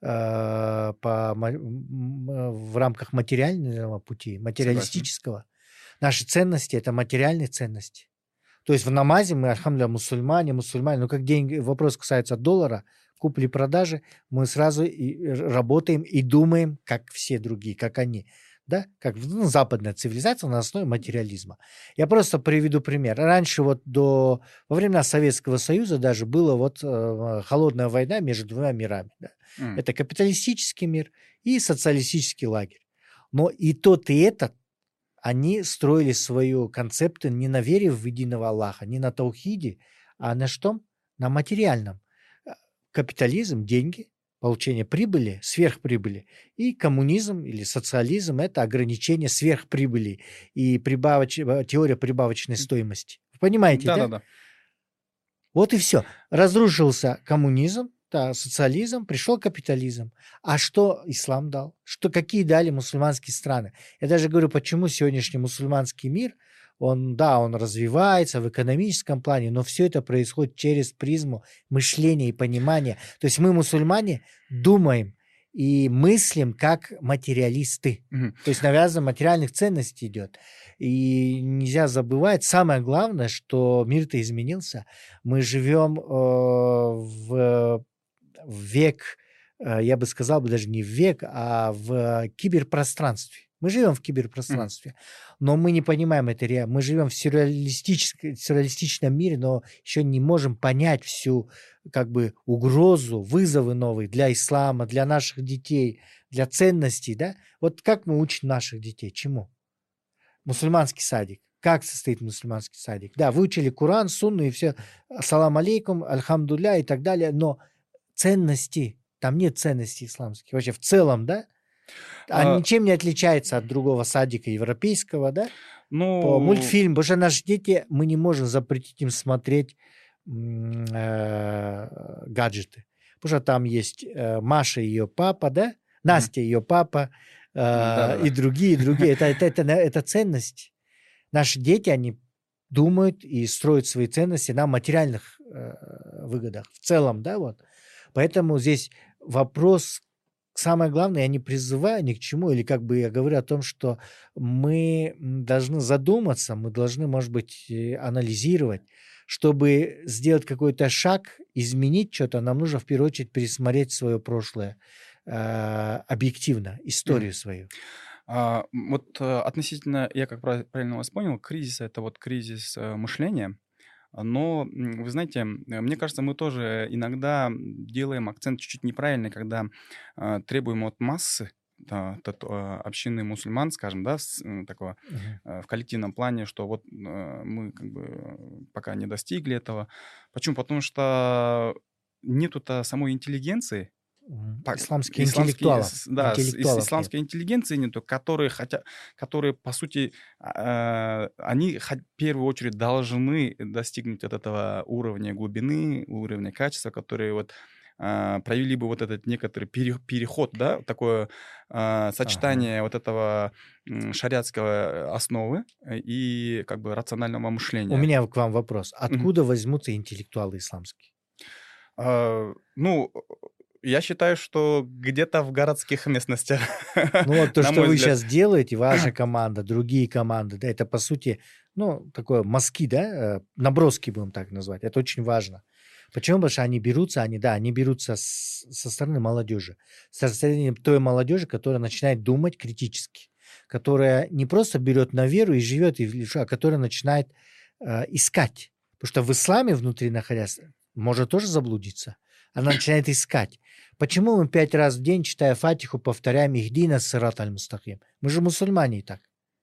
э, по, ма- м, э, в рамках материального пути, Согласен. материалистического. Наши ценности – это материальные ценности. То есть в намазе мы, альхамдулилля, мусульмане, мусульмане, но как деньги, вопрос касается доллара, купли-продажи, мы сразу и работаем и думаем, как все другие, как они. Да? Как ну, западная цивилизация на основе материализма. Я просто приведу пример. Раньше вот до, во времена Советского Союза даже была вот э, холодная война между двумя мирами. Да? М. Это капиталистический мир и социалистический лагерь. Но и тот, и этот они строили свою концепты не на вере в единого Аллаха, не на таухиде, а на что? На материальном. Э, Капитализм, деньги, получение прибыли, сверхприбыли. И коммунизм или социализм – это ограничение сверхприбыли и прибавоч... э, теория прибавочной стоимости. Вы понимаете, да? Да-да-да. Вот и все. Разрушился коммунизм, да, социализм, пришел капитализм. А что ислам дал? Что, какие дали мусульманские страны? Я даже говорю, почему сегодняшний мусульманский мир, он, да, он развивается в экономическом плане, но все это происходит через призму мышления и понимания. То есть мы, мусульмане, думаем и мыслим как материалисты. Мгм. То есть навязывание материальных ценностей идет. И нельзя забывать, самое главное, что мир-то изменился. Мы живем э, в, в век, э, я бы сказал бы даже не в век, а в киберпространстве. Мы живем в Мгм. киберпространстве, но мы не понимаем это реально. Мы живем в сюрреалистическом, сюрреалистичном мире, но еще не можем понять всю как бы угрозу, вызовы новые для ислама, для наших детей, для ценностей, да? Вот как мы учим наших детей? Чему? Мусульманский садик. Как состоит мусульманский садик? Да, выучили Коран, Сунну и все. Ассалам алейкум, альхамдулля и так далее. Но ценности, там нет ценностей исламских. Вообще в целом, да? А А, ничем не отличается от другого садика европейского, да? По Ну, мультфильм. Потому что наши дети, мы не можем запретить им смотреть м, э, гаджеты. Потому что там есть э, Маша и ее папа, да? мгм. Настя и ее папа, э, Да-да-да. и другие, и другие. Это, это, это, это ценность. Наши дети, они думают и строят свои ценности на материальных э, выгодах в целом, да, вот. Поэтому здесь вопрос, самое главное, я не призываю ни к чему, или как бы я говорю о том, что мы м, должны задуматься, мы должны, может быть, э, анализировать, чтобы сделать какой-то шаг, изменить что-то, нам нужно в первую очередь пересмотреть свое прошлое э, объективно, Мгм. историю свою. А, м, вот э, относительно, я как прав- правильно вас понял, кризис это вот кризис э, мышления. А, Но, м, вы знаете, м, э, мне кажется, мы тоже иногда м, делаем акцент чуть-чуть неправильный, когда а, требуем от массы, да, от, от, а, общины мусульман, скажем, да, с, м, такого Мгм. э, в коллективном плане, что вот э, мы как бы э, пока не достигли этого. Почему? Потому что нету-то самой интеллигенции, Мгм. Пак Исламских исламские, интеллектуалов. с да, с ис Интеллектуалов нет. исламской интеллигенции нету, которые хотя которые, по сути, а, они хот в первую очередь должны достигнуть от этого уровня глубины, уровня качества, которые вот, а, провели бы вот этот некоторый пере переход, да, такое, а, Ага. сочетание вот этого, м, шариатской основы, э, и как бы рационального У мышления. меня к вам вопрос. Мгм. Откуда возьмутся интеллектуалы исламские? А, ну я считаю, что где-то в городских местностях, Ну вот то, на что мой вы взгляд. сейчас делаете, ваша команда, другие команды, да, это по сути, ну, такое мазки, да, э, наброски будем так назвать. Это очень важно. Почему? Потому что они берутся, они, да, они берутся с- со стороны молодежи. Со стороны той молодежи, которая начинает думать критически, которая не просто берет на веру и живет, и лишь- а которая начинает э, искать. Потому что в исламе внутри находясь, может тоже заблудиться. Она начинает искать. Почему мы пять раз в день, читая Фатиху, повторяем «Ихдина сират аль-мустаким»? Мы же мусульмане и так.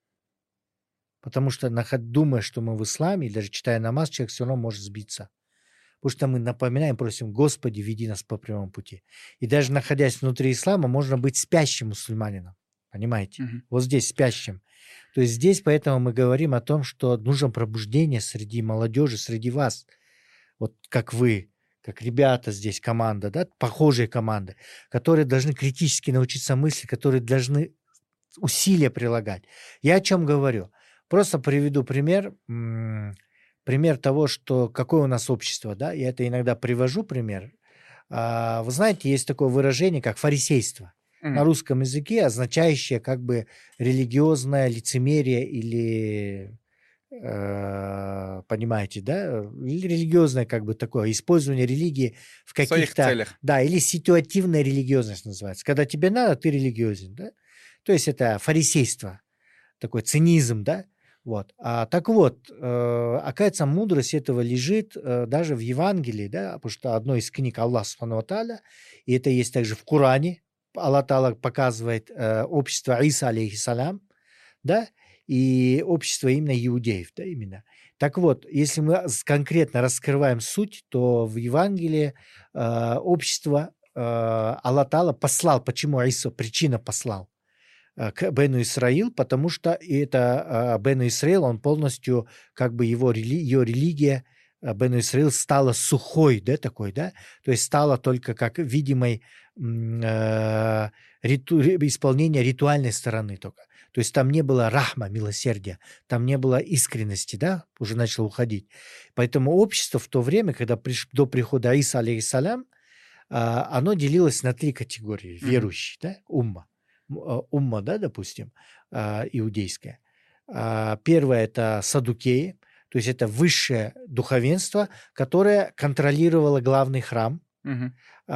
Потому что, наход- думая, что мы в исламе, и даже читая намаз, человек все равно может сбиться. Потому что мы напоминаем, просим, Господи, веди нас по прямому пути. И даже находясь внутри ислама, можно быть спящим мусульманином. Понимаете? Мгм. Вот здесь спящим. То есть здесь поэтому мы говорим о том, что нужно пробуждение среди молодежи, среди вас. Вот как вы, как ребята здесь, команда, да, похожие команды, которые должны критически научиться мысли, которые должны усилия прилагать. Я о чем говорю? Просто приведу пример, м, пример того, что какое у нас общество, да, я это иногда привожу пример. А, Вы знаете, есть такое выражение, как фарисейство на Мгм. русском языке, означающее как бы религиозное лицемерие или э, понимаете, да, или религиозное как бы такое использование религии в В своих каких-то, целях. да, или ситуативная религиозность называется. Когда тебе надо, ты религиозен, да. То есть это фарисейство, такой цинизм, да. Вот. А, так вот, э, оказывается, мудрость этого лежит э, даже в Евангелии, да, потому что одной из книг Аллаха Субхану ва Тааля, и это есть также в Коране, Аллах Таала показывает э, общество Иса, алейхиссалям, да, и общество именно иудеев, да, именно. Так вот, если мы с- конкретно раскрываем суть, то в Евангелии э, общество э, Аллах Таала послал, почему Иса, причина послал э, к Бену Исраил, потому что это э, Бену Исраил, он полностью, как бы его рели, ее религия, э, Бену Исраил стала сухой, да, такой, да, то есть стала только как видимой м, э, риту, ри- исполнение ритуальной стороны только. То есть там не было рахма, милосердия, там не было искренности, да, уже начало уходить. Поэтому общество в то время, когда приш, до прихода Иса, алейхиссалям, а, оно делилось на три категории. Мгм. Верующий, да, умма. М, а, Умма, да, допустим, а, иудейская. А, Первое– это садукеи, то есть это высшее духовенство, которое контролировало главный храм, Мгм.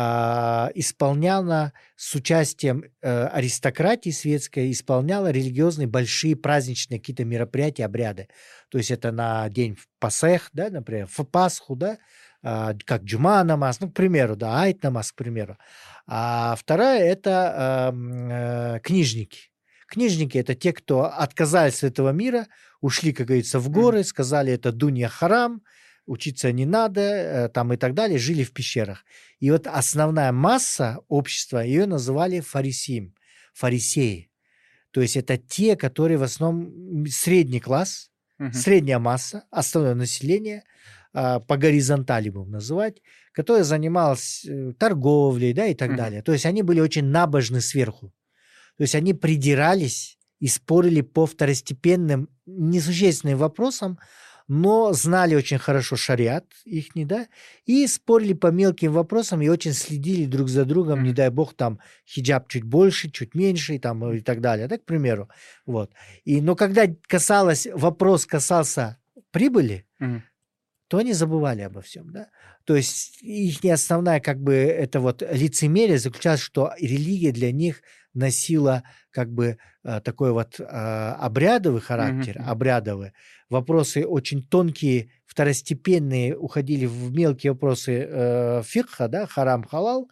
а, исполняла с участием э, аристократии светской, исполняла религиозные большие праздничные какие-то мероприятия, обряды. То есть это на день в Пасех, да, например, в Пасху, да, а, как Джума намаз, ну, к примеру, да, Айт намаз, к примеру. А вторая– это ам, э, книжники. Книжники– это те, кто отказались от этого мира, ушли, как говорится, в Мгм. горы, сказали, это дунья харам, учиться не надо, э, там и так далее, жили в пещерах. И вот основная масса общества, ее называли фарисеем, фарисеи. То есть это те, которые в основном средний класс, Мгм. средняя масса, основное население, а, по горизонтали будем называть, которое занималось э, торговлей, да, и так Мгм. далее. То есть они были очень набожны сверху. То есть они придирались и спорили по второстепенным, несущественным вопросам, но знали очень хорошо шариат ихний, да, и спорили по мелким вопросам и очень следили друг за другом, не Мгм. дай бог, там хиджаб чуть больше, чуть меньше и, там, и так далее, да, к примеру. Вот. И, но когда касалось, вопрос касался прибыли, Мгм. то они забывали обо всем, да. То есть их основная как бы это вот лицемерие заключалось, что религия для них носила как бы э, такой вот э, обрядовый Мгм. характер, Мгм. обрядовый. Вопросы очень тонкие, второстепенные, уходили в мелкие вопросы э, фикха, да, харам, халал.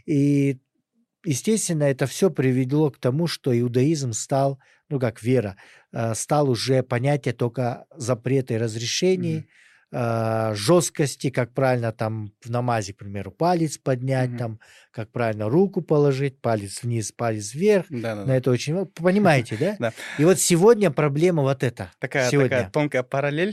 И, естественно, это все привело к тому, что иудаизм стал, ну как вера, э, стал уже понятие только запрета и Мгм. разрешений, э, жесткости, как правильно там в намазе, к примеру, палец поднять, Мгм. там, как правильно руку положить, палец вниз, палец вверх. На Да-да-да. это очень... ва- Понимаете, да? Да. И вот сегодня проблема вот это. Такая такая Сегодня. тонкая параллель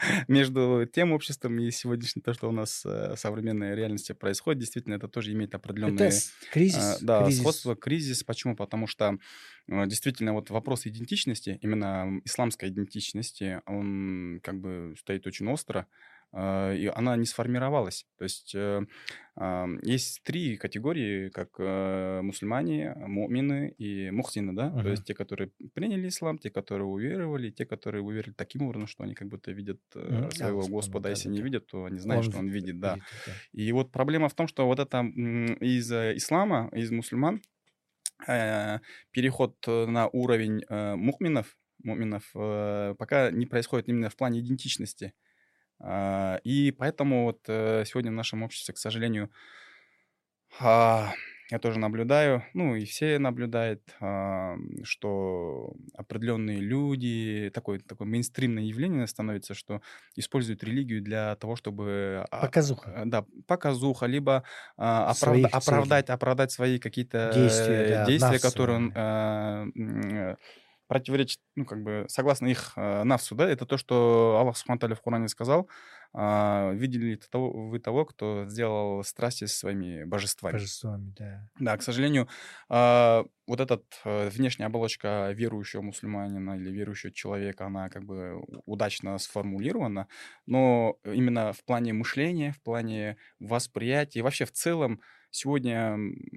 между тем обществом и сегодняшним, то, что у нас, э, в современной реальности происходит. Действительно, это тоже имеет Это определенные, с- э, кризис, да, кризис. сходства, кризис. Почему? Потому что, э, действительно, вот вопрос идентичности, именно м, исламской идентичности, он как бы стоит очень остро. э, и она не сформировалась. То есть э, а, есть три категории, как э, мусульмане, мумины и мухсины, да? То Мгм. есть те, которые приняли ислам, те, которые уверовали, те, которые уверовали таким образом, что они как будто видят Мгм. э, Аллах своего Субхану, Господа, а если не да-да-да. видят, то они знают, Он что ви- он видит, да. видит их, да. И вот проблема в том, что вот это м, из э, ислама, из мусульман, э, переход э, на уровень э, мухминов, муминов э, пока не происходит именно в плане идентичности. А, И поэтому вот э, сегодня в нашем обществе, к сожалению, а, я тоже наблюдаю, ну и все наблюдают, а, что определенные люди, такое, такое мейнстримное явление становится, что используют религию для того, чтобы, а, Показуха а, да, показуха, либо а, оправда- своих целей, оправдать, оправдать свои какие-то действия, э, да, действия, которые он навсовые. а, м, э, противоречат, ну, как бы, согласно их э, навсу, да, это то, что Аллах Субхану ва Тааля в Коране сказал, а, видели ли того, вы того, кто сделал страсти своими божествами? Божествами, да. Да, к сожалению, а, вот эта внешняя оболочка верующего мусульманина или верующего человека, она как бы у- удачно сформулирована, но именно в плане мышления, в плане восприятия, и вообще в целом сегодня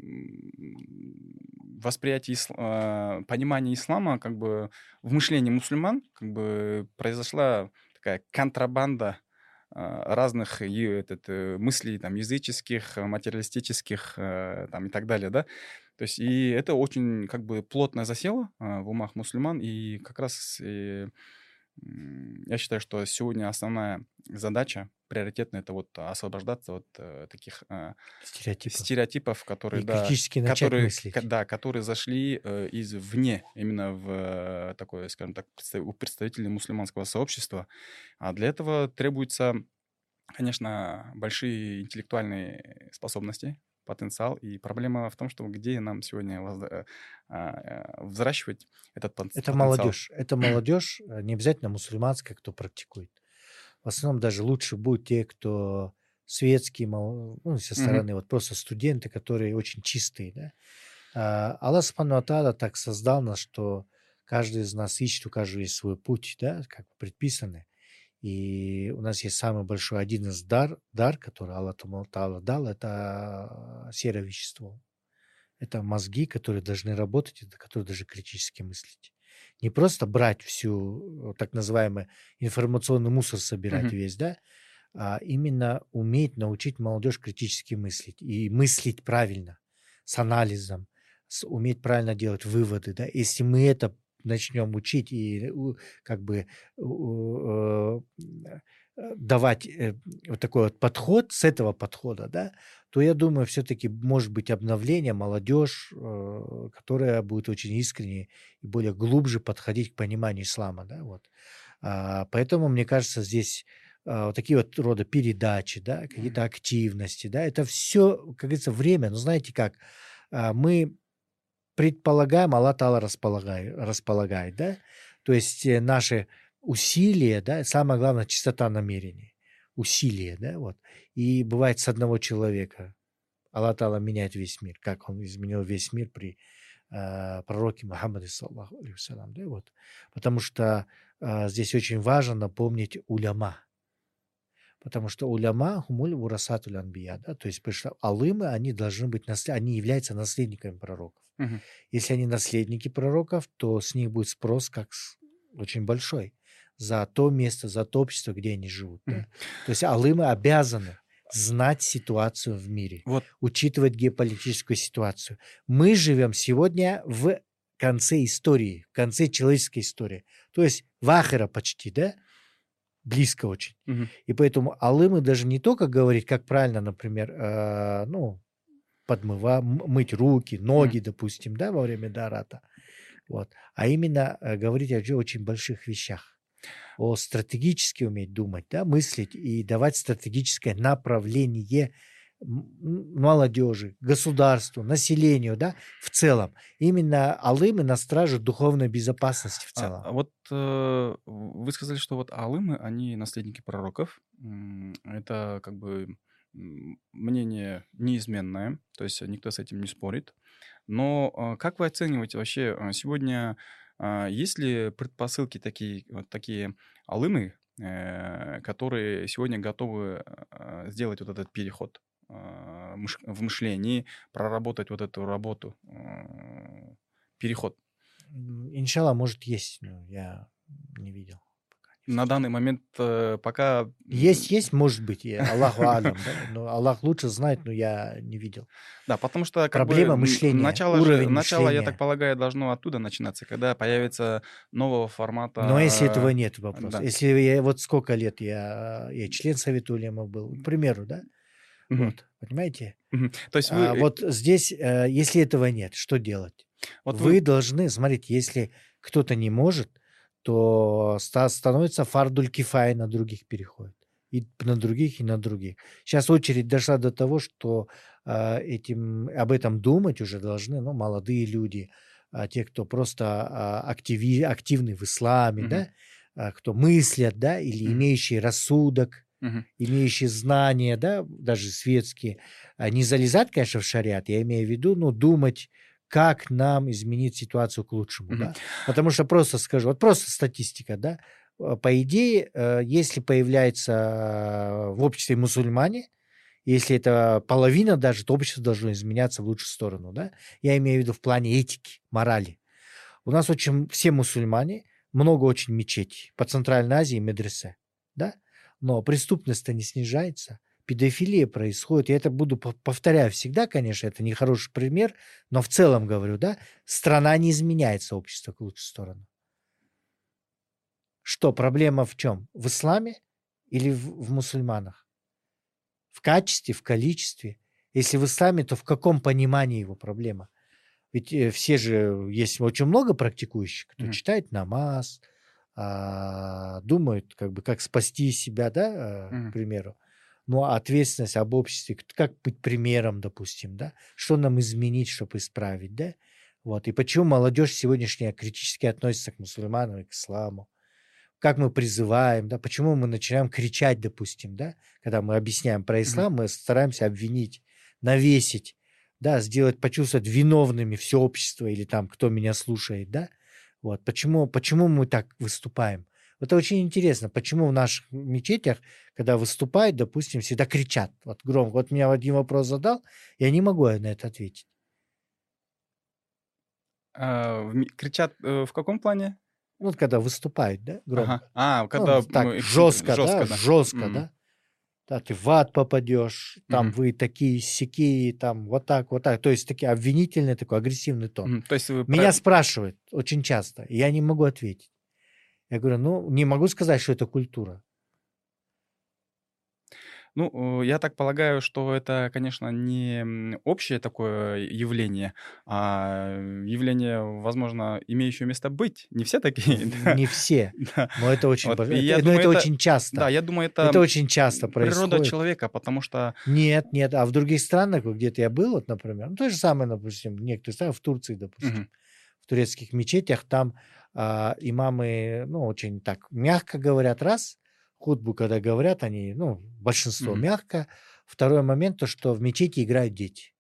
м, восприятие, исл- а, понимание ислама как бы в мышлении мусульман как бы произошла такая контрабанда а, разных и этот, э, мыслей там языческих, э, материалистических э, там и так далее, да. То есть и это очень как бы плотно засело а, в умах мусульман, и как раз э, м, я считаю, что сегодня основная задача приоритетная это вот освобождаться от э, таких а, Стереотипов. стереотипов, которые, И да, критически начать которые, к- мыслить. да, которые зашли э, извне, именно в э, такое, скажем так, представ- у представителей мусульманского сообщества. А для этого требуется, конечно, большие интеллектуальные способности, потенциал. И проблема в том, что где нам сегодня возда- э, а, э, взращивать этот пон- Это потенциал. молодежь. Это молодежь, э, не обязательно мусульманская, кто практикует. В основном даже лучше будут те, кто светские, мол- ну, со Мгм. стороны, вот просто студенты, которые очень чистые, да. А, Аллах Субхану ва Тааля так создал нас, что каждый из нас ищет, у каждого есть свой путь, да, как предписаны. И у нас есть самый большой один из дар, дар, который Аллах Тааля дал, это серое вещество. Это мозги, которые должны работать, это которые должны критически мыслить. Не просто брать всю, э, так называемый информационный мусор, собирать Мгм. весь, да, а именно уметь научить молодежь критически мыслить и мыслить правильно, с анализом, с- уметь правильно делать выводы, да. Если мы это начнем учить и у- как бы у- э, э, давать э, вот такой вот подход, с этого подхода, да, то я думаю, все-таки может быть обновление, молодежь, э, которая будет очень искренне и более глубже подходить к пониманию ислама, да, вот. А, поэтому, мне кажется, здесь а, вот такие вот рода передачи, да, какие-то Мгм. активности, да, это все, как говорится, время. Но знаете как, а, мы предполагаем, Аллах Таала располагает, располагает, да, то есть э, наши усилия, да, самое главное, чистота намерений, усилия, да, вот. И бывает с одного человека Аллах Таала меняет весь мир, как он изменил весь мир при а, пророке Мухаммаде, саллаху алейхи вассалям, да, вот. Потому что а, здесь очень важно напомнить уляма, потому что уляма хумуль вурасатуль анбия, да, то есть потому что алымы, они должны быть, наслед... они являются наследниками пророков. Мгм. Если они наследники пророков, то с них будет спрос как с- очень большой за то место, за то общество, где они живут. Мгм. Да? То есть алымы обязаны знать ситуацию в мире, Вот. учитывать геополитическую ситуацию. Мы живем сегодня в конце истории, в конце человеческой истории. То есть в ахера почти, да? Близко очень. Мгм. И поэтому алымы даже не только говорить, как правильно, например, э, ну, подмыва, м- мыть руки, Мгм. ноги, допустим, да, во время дарата. Вот. А именно э, говорить о очень больших вещах. О стратегически уметь думать, да, мыслить и давать стратегическое направление м- м- молодежи, государству, населению, да, в целом. Именно алымы на страже духовной безопасности в А, целом. а вот э, вы сказали, что вот алымы, они наследники пророков. М, Это как бы м, мнение неизменное, то есть никто с этим не спорит. Но а, как вы оцениваете вообще а, сегодня, а, есть ли предпосылки такие, вот такие алымы, э, которые сегодня готовы э, сделать вот этот переход э, мыш- в мышлении, проработать вот эту работу, э, переход. М, Иншалла, может, есть, но я не видел. Пока не На встречал. данный момент э, пока... Есть, м, есть, может быть, и Аллаху алям, да, но Аллах лучше знает, но я не видел. Да, потому что как бы Проблема н- мышления, начало же, уровень начало, я так мышления. полагаю, должно оттуда начинаться, когда появится нового Но если этого формата. нет, э, вопрос. Да. Если я вот сколько лет я, я член Совета улемов был, к примеру, да, Мгм. вот, понимаете? Мгм. То есть вы, А э, вот здесь, э, если этого нет, что делать? вот вы Вы должны, смотрите, если кто-то не может, то ста- становится фардуль кифая, на других переходит. И на других, и на других. Сейчас очередь дошла до того, что а, этим, об этом думать уже должны, ну, молодые люди, а, те, кто просто а, активи, активны в исламе, Мгм. да, а, кто мыслят, да, или Мгм. имеющие рассудок, Мгм. имеющие знания, да, даже светские, а не залезать, конечно, в шариат, я имею в виду, ну, думать, как нам изменить ситуацию к лучшему, Мгм. да? Потому что просто скажу, вот просто статистика, да? Э, По идее, э, если появляется э, в обществе мусульмане, если это половина даже, то общество должно изменяться в лучшую сторону, да? Я имею в виду в плане этики, морали. У нас очень все мусульмане, много очень мечетей, по Центральной Азии медресе, да? Но преступность-то не снижается, педофилия происходит. Я это буду пов- повторяю всегда, конечно, это не хороший пример, но в целом говорю, да, страна не изменяется, общество к лучшей стороне. Что, проблема в чем? В исламе или в, в мусульманах? В качестве, в количестве? Если в исламе, то в каком понимании его проблема? Ведь э, все же, есть очень много практикующих, кто Мгм. читает намаз, а, думают, как бы, как спасти себя, да, а, к Мгм. примеру. Ну, а ответственность об обществе, к- как быть примером, допустим, да, что нам изменить, чтобы исправить, да, вот. И почему молодежь сегодняшняя критически относится к мусульманам и к исламу, как мы призываем, да, почему мы начинаем кричать, допустим, да, когда мы объясняем про Мгм. ислам, мы стараемся обвинить, навесить, да, сделать, почувствовать виновными все общество или там, кто меня слушает, да, вот, почему, почему мы так выступаем. Это очень интересно, почему в наших мечетях, когда выступают, допустим, всегда кричат, вот громко. Вот меня один вопрос задал, я не могу на это ответить. А, в ми- кричат э, в каком плане? Ну, вот когда выступают, да, Ага. громко. А, Ну, когда так, м, их жестко, да, жестко, да. жестко, М. да. Да, ты в ад попадешь, там Мгм. вы такие сякие, там вот так, вот так. То есть такие обвинительный, такой агрессивный тон. Мгм. То есть вы Меня про- спрашивают очень часто, и я не могу ответить. Я говорю, ну, не могу сказать, что это культура. Ну, э, я так полагаю, что это, конечно, не м, общее такое явление, а явление, возможно, имеющее место быть. Не все такие, В- да. Не все, Да. но это очень, Вот. бож- И это, я но думаю, это это, очень да, часто. я думаю, это Это очень часто м, природа происходит. человека, потому что... Нет, нет. А в других странах, вот где-то я был, вот, например, ну, то же самое, допустим, в некоторых странах, в Турции, допустим, Мгм. в турецких мечетях, там а, имамы, ну, очень так мягко говорят, раз, хутбу, когда говорят, они, ну, большинство Мгм. мягко. Второй момент, то, что в мечети играют дети.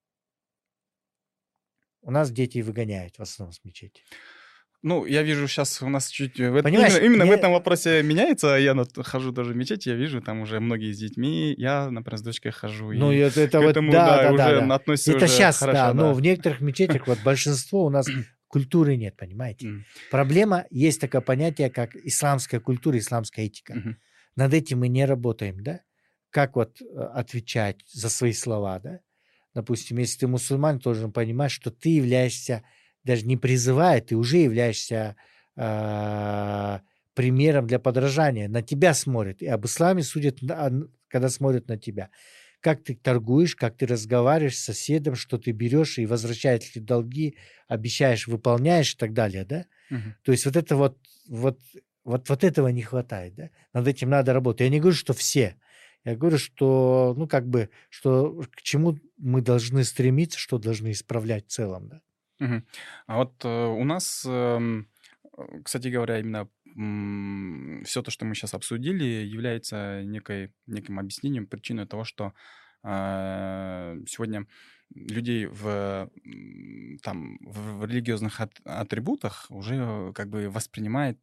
У нас дети выгоняют в основном с мечети. Ну, я вижу, сейчас у нас чуть э, в эт- именно, Понимаешь, именно в я, этом вопросе меняется. Я вот хожу тоже в мечеть, я вижу, там уже многие с детьми. Я, например, с дочкой хожу, ну, и это, это к вот, этому, да, да, да, да, уже да. относятся Это уже сейчас, да, хорошо, но да. в некоторых мечетях, вот большинство у нас культуры нет, понимаете. М. Проблема, есть такое понятие, как исламская культура, исламская этика. Мгм. Над этим мы не работаем, да? Как вот э, отвечать за свои слова, да? Допустим, если ты мусульман, ты должен понимать, что ты являешься, даже не призывая, ты уже являешься а, примером для подражания. На тебя смотрят. И об исламе судят, на- когда смотрят на тебя. Как ты торгуешь, как ты разговариваешь с соседом, что ты берешь и возвращаешь ли долги, обещаешь, выполняешь и так далее, да? Мгм. То есть вот это вот, вот, вот, вот этого не хватает, да? Над этим надо работать. Я не говорю, что все. Я говорю, что, ну, как бы, что к чему мы должны стремиться, что должны исправлять в целом, да? Мгм. А вот э, у нас, эм, э, кстати говоря, именно все то, что мы сейчас обсудили, является некой, неким объяснением, причиной того, что а, сегодня людей в, м, там, в в религиозных ат- атрибутах уже э, как бы воспринимает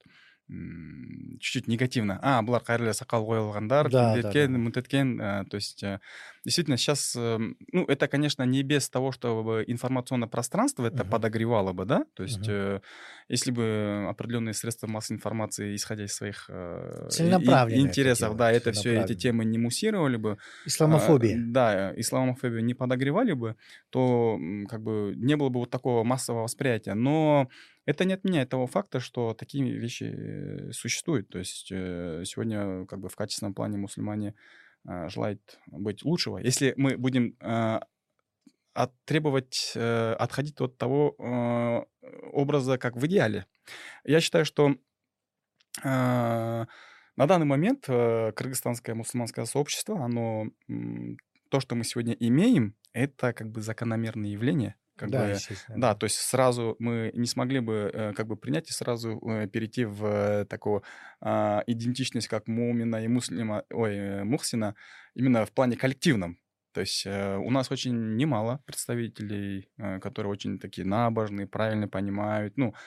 м, чуть-чуть негативно. А, бұлар қайырлы сақал қойылғандар, Да, да, тендеткен, да. мутеткен. э, То есть, э, действительно, сейчас, эм, ну, это, конечно, не без того, чтобы информационное пространство это Мгм. подогревало бы, да? То есть, Мгм. э, если бы определенные средства массовой информации, исходя из своих э, и- и- Целенаправленно это интересов, да, делают, это все, эти целенаправленно. темы не муссировали бы, а, Исламофобия. да, исламофобию не подогревали бы, то м, как бы не было бы вот такого массового восприятия. Но это не отменяет того факта, что такие вещи э, существуют. То есть э, сегодня как бы в качественном плане мусульмане э, желают быть лучшего. Если мы будем э, от- требовать, э, отходить от того э, образа, как в идеале. Я считаю, что а, на данный момент э, кыргызстанское мусульманское сообщество, оно м, то, что мы сегодня имеем, это как бы закономерные явления. Как Да, бы, естественно, да, да. то есть сразу мы не смогли бы э, как бы принять и сразу э, перейти в э, такую а, идентичность, как Мумина и Муслима, ой, э, Мухсина, именно в плане коллективном. То есть э, у нас очень немало представителей, э, которые очень такие набожные, правильно понимают, ну,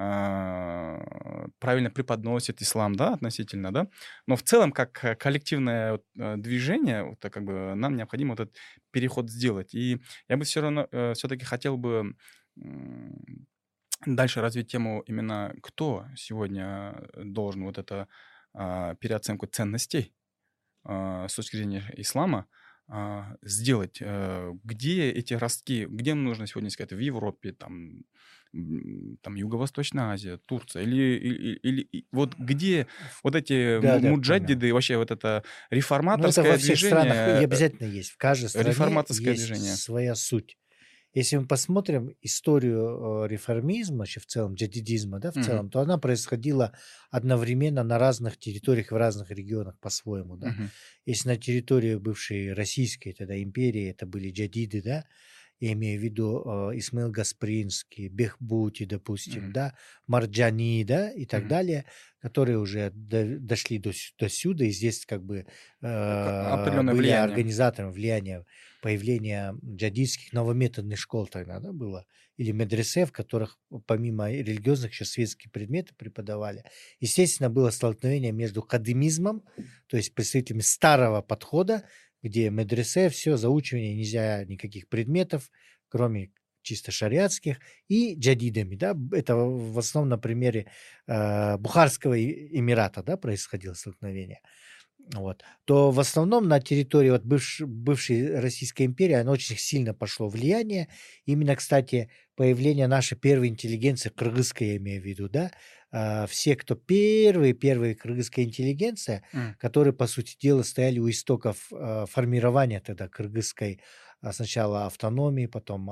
а, правильно преподносит ислам, да, относительно, да. Но в целом, как э, коллективное вот, э, движение, вот, так как бы нам необходимо вот этот переход сделать. И я бы все равно, все-таки хотел бы м, дальше развить тему именно, кто сегодня должен вот это а, переоценку ценностей а, с точки зрения ислама а, сделать. Э, Где эти ростки, где нужно сегодня искать? В Европе, там, м, там Юго-Восточная Азия, Турция, или, или, или- и вот где вот эти Да, му- да, понял. муджаддиды, вообще вот это Ну, это во реформаторское всех странах и движение, э, обязательно есть. В каждой стране реформаторское есть движение. своя суть. Если мы посмотрим историю э, реформизма, вообще в целом, джадидизма, да, в Мгм, целом, то она происходила одновременно на разных территориях, в разных регионах по-своему, да. мгм, Если на территории бывшей Российской тогда империи это были джадиды, да, я имею в виду э, Исмаил Гаспринский, Бехбути, допустим, мгм, да, Марджани, да, и так мгм. далее, которые уже до- дошли до, сю- до сюда, и здесь как бы К- э, Определенное были влияние. организатором влияния появления джадидских новометодных школ тогда, да, было, или медресе, в которых помимо религиозных еще светские предметы преподавали. Естественно, было столкновение между кадымизмом, то есть представителями старого подхода, где медресе, все, заучивание, нельзя никаких предметов, кроме чисто шариатских, и джадидами, да, это в основном на примере э, Бухарского и- Эмирата, да, происходило столкновение. Вот, то в основном на территории вот бывш- бывшей Российской империи оно очень сильно пошло влияние. Именно, кстати, появление нашей первой интеллигенции, кыргызской я имею в виду, да, а, все, кто первые, первые кыргызская интеллигенция, М, которые, по сути дела, стояли у истоков а, формирования тогда кыргызской а, сначала автономии, потом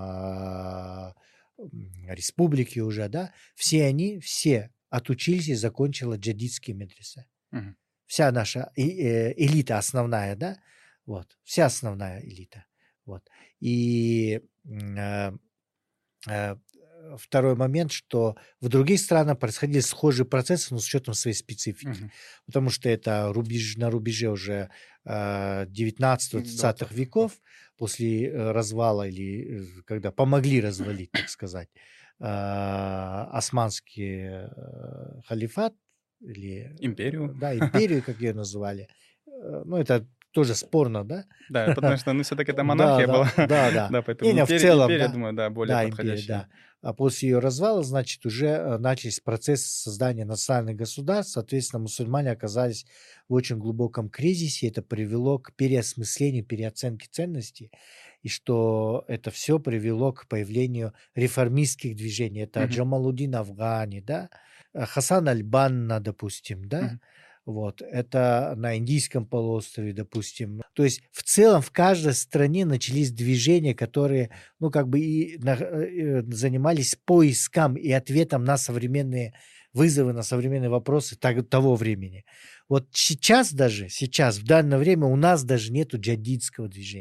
а, м, республики уже, да, все они, все отучились и закончили джадидские медресе. мгм. Вся наша и- э, элита основная, да, вот, вся основная элита, вот. И м, э, э, второй момент, что в других странах происходили схожие процессы, но с учетом своей специфики, Мгм. потому что это рубеж, на рубеже уже э, девятнадцатого-двадцатых двадцатых веков. веков, после э, развала или э, когда помогли развалить, так сказать, э, османский э, халифат, или, Империю. э, да, империю, как ее называли. Э, Ну, это тоже спорно, да? Да, потому что, ну, все-таки это Да, монархия была. да, да, да. Да, поэтому Не, не, в империя, целом, империя, да. думаю, да, более Да, империя, подходящая. да. А после ее развала, значит, уже э, начались процессы создания национальных государств. Соответственно, мусульмане оказались в очень глубоком кризисе. Это привело к переосмыслению, переоценке ценностей. И что это все привело к появлению реформистских движений. Это Мгм, Джамалудин Афгани, да, э, Хасан Аль-Банна, допустим, да. мгм. Вот, это на Индийском полуострове, допустим. То есть в целом в каждой стране начались движения, которые, ну, как бы и на- э, занимались поиском и ответом на современные вызовы, на современные вопросы так- того времени. Вот сейчас даже, сейчас, в данное время у нас даже нету джадидского движения.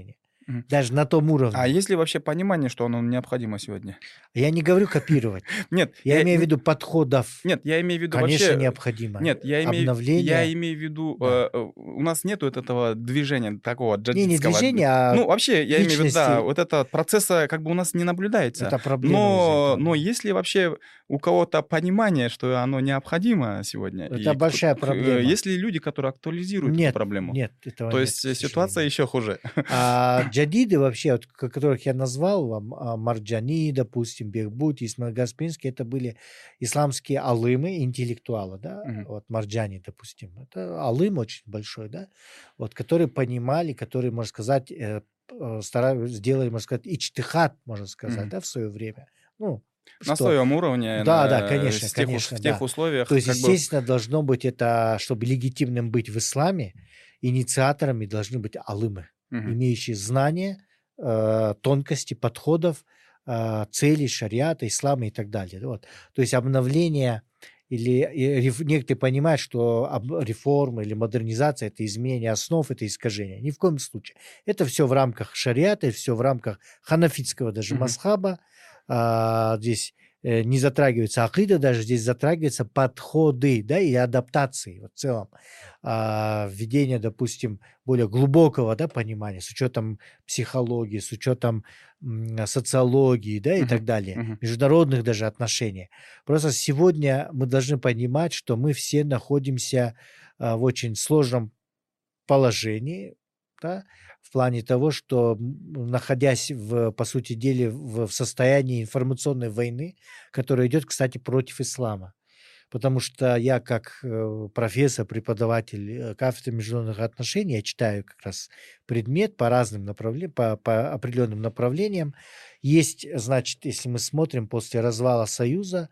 Мгм. Даже на том А уровне. есть ли вообще понимание, что оно необходимо сегодня? Я не говорю копировать. Нет, Я я имею в н виду подходов. нет, я имею в виду Конечно, вообще, э, необходимо. нет, я имею я Обновление. имею в виду, Да. э, э, у нас нету вот этого движения такого Не, не джадидского. движение, а Ну, вообще, я имею в виду, да, личности. вот этого процесса как бы у нас не наблюдается. Это проблема из-за Но этого. но Да. есть ли вообще у кого-то понимание, что оно необходимо сегодня? Это И кто большая к э, проблема. есть ли люди, которые актуализируют эту Нет, проблему? нет, этого То нет, есть, к э, ситуация сожалению. еще хуже. А джадиды вообще, вот, ко- которых я назвал вам, а, Марджани, допустим, Бехбут, Исмаил Гаспинский, это были исламские алымы, интеллектуалы, да, Мгм. вот Марджани, допустим, это алым очень большой, да, вот, которые понимали, которые, можно сказать, э, э, старались, сделали, можно сказать, ичтихад, можно сказать, Мгм. да, в свое время, ну, На что, своем уровне, да, да, э, конечно, с тех ус конечно, в тех да, то условиях есть, как бы. естественно, должно быть это, чтобы легитимным быть в исламе, инициаторами должны быть алымы, Мгм. имеющие знания, э, тонкости подходов, э, целей шариата, ислама и так далее. Вот. То есть обновление или и реф- некоторые понимают, что об- реформа или модернизация – это изменение основ, это искажение. Ни в коем случае. Это все в рамках шариата, все в рамках ханафитского даже Мгм. масхаба. А, здесь э, не затрагивается акида, даже здесь затрагиваются подходы, да, и адаптации вот в целом. А, введение, допустим, более глубокого, да, понимания, с учетом психологии, с учетом м, социологии, да, и Мгм. так далее, Мгм. международных даже отношений. Просто сегодня мы должны понимать, что мы все находимся а, в очень сложном положении, да, в плане того, что м, находясь в, по сути дела, в, в состоянии информационной войны, которая идет, кстати, против ислама. Потому что я как э, профессор, преподаватель э, кафедры международных отношений, я читаю как раз предмет по разным направлениям, по, по определенным направлениям. Есть, значит, если мы смотрим после развала Союза,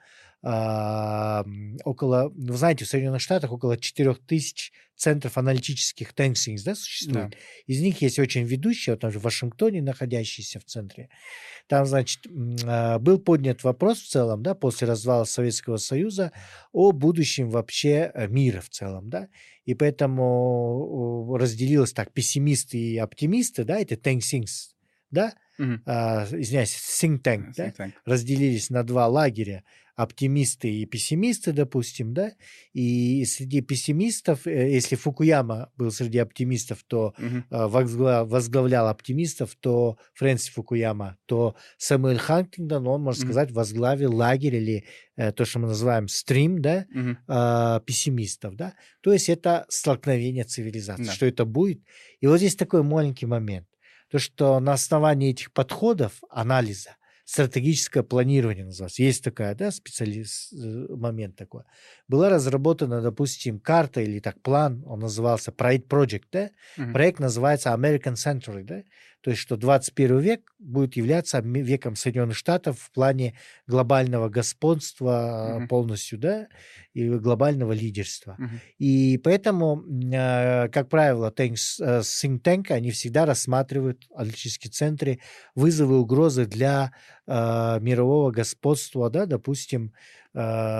а, м, около, вы знаете, в Соединенных Штатах около четырех тысяч центров аналитических think tanks, да, Да. существует. Из них есть очень ведущие, вот там же в Вашингтоне находящиеся в центре. Там, значит, м, а, был поднят вопрос в целом, да, после развала Советского Союза о будущем вообще э, мира в целом, да, и поэтому о, разделилось так, пессимисты и оптимисты, да, это think tanks, да, Мгм. а, извиняюсь, think tank, Э, да, think tank. разделились на два лагеря, оптимисты и пессимисты, допустим, да, и среди пессимистов, э, если Фукуяма был среди оптимистов, то Мгм. э, возгла- возглавлял оптимистов, то Фрэнсис Фукуяма, то Сэмюэль Хантингтон, он, можно Мгм. сказать, возглавил лагерь или э, то, что мы называем стрим, да, Мгм. а, пессимистов, да. То есть это столкновение цивилизаций. Да. Что это будет? И вот здесь такой маленький момент. То, что на основании этих подходов, анализа, стратегическое планирование называется. Есть такая, да, специалист, э, момент такой. Была разработана, допустим, карта или так план, он назывался Pride Project, да? Мгм. Проект называется American Century, да? То есть, что двадцать первый век будет являться ме- веком Соединенных Штатов в плане глобального господства Мгм. полностью, да, и глобального лидерства. Мгм. И поэтому, м, э, как правило, think, э, think tank, они всегда рассматривают аналитические центры вызовы, угрозы для э, мирового господства, да, допустим, э,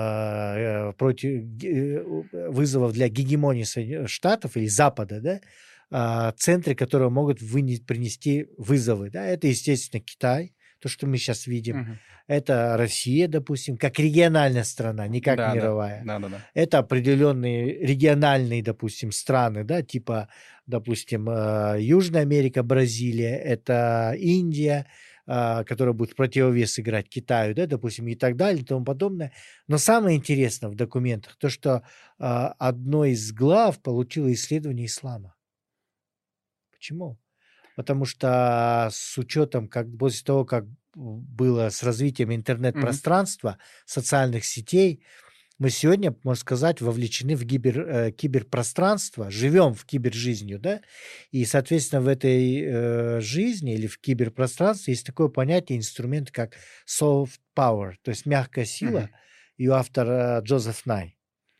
э, против ге- э, вызовов для гегемонии Соединенных Штатов или Запада, да, а, центры, которые могут вынести, принести вызовы, да, это, естественно, Китай, то, что мы сейчас видим, Мгм. это Россия, допустим, как региональная страна, не как Да, да. мировая. Да-да-да. Это определенные региональные, допустим, страны, да, типа, допустим, э, Южная Америка, Бразилия, это Индия, а, которая будет противовес играть Китаю, да, допустим, и так далее, и тому подобное. Но самое интересное в документах то, что а, одно из глав получило исследование ислама. Почему? Потому что с учетом, как после того, как было с развитием Мгм. интернет-пространства, социальных сетей, мы сегодня, можно сказать, вовлечены в гибер, э, киберпространство, живем в кибержизнью, да, и, соответственно, в этой э, жизни или в киберпространстве есть такое понятие, инструмент, как soft power, то есть мягкая Мгм. сила, ее автор э, Джозеф Най.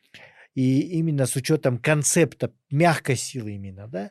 И именно с учетом концепта мягкой силы именно, да,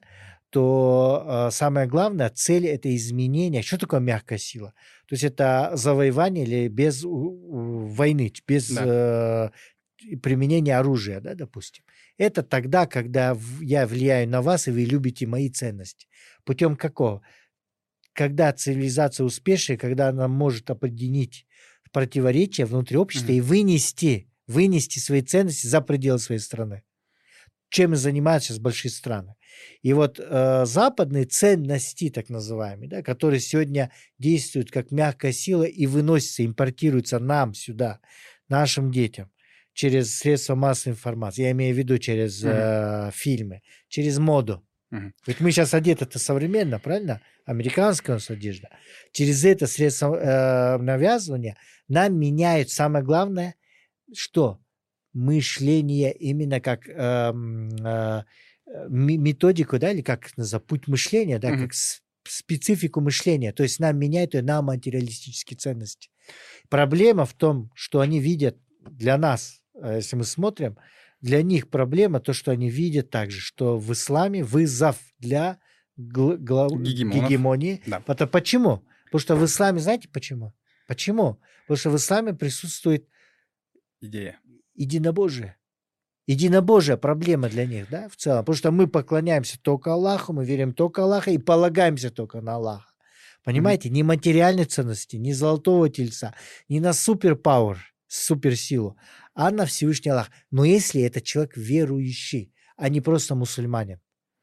то э, самое главное, цель – это изменение. Что такое мягкая сила? То есть это завоевание или без у- у- войны, без Да. э, применения оружия, да, допустим. Это тогда, когда в- я влияю на вас, и вы любите мои ценности. Путем какого? когда цивилизация успешная, когда она может определить противоречия внутри общества Мгм. и вынести, вынести свои ценности за пределы своей страны. Чем и занимаются сейчас большие страны. И вот э, западные ценности, так называемые, да, которые сегодня действуют как мягкая сила и выносятся, импортируются нам сюда, нашим детям, через средства массовой информации. Я имею в виду через Мгм. э, фильмы, через моду. Мгм. Ведь мы сейчас одеты-то современно, правильно? Американская у нас одежда. Через это средство э, навязывания нам меняют самое главное, что мышление именно как эм, э, ми- методику, да, или как это называется, путь мышления, да, Мгм. как с- специфику мышления. То есть нам меняют и на материалистические ценности. Проблема в том, что они видят для нас, э, если мы смотрим, для них проблема то, что они видят также, что в исламе вызов для гл- гла- Гегемонов. гегемонии. Да. Пото- Почему? Потому что в исламе, знаете почему? Почему? Потому что в исламе присутствует Идея. единобожие. Единобожие проблема для них, да, в целом. Потому что мы поклоняемся только Аллаху, мы верим только Аллаха и полагаемся только на Аллаха. Мгм. Понимаете, ни материальной ценности, ни золотого тельца, ни на суперпауэр, суперсилу, а на Всевышний Аллах. Но если это человек верующий, а не просто мусульманин.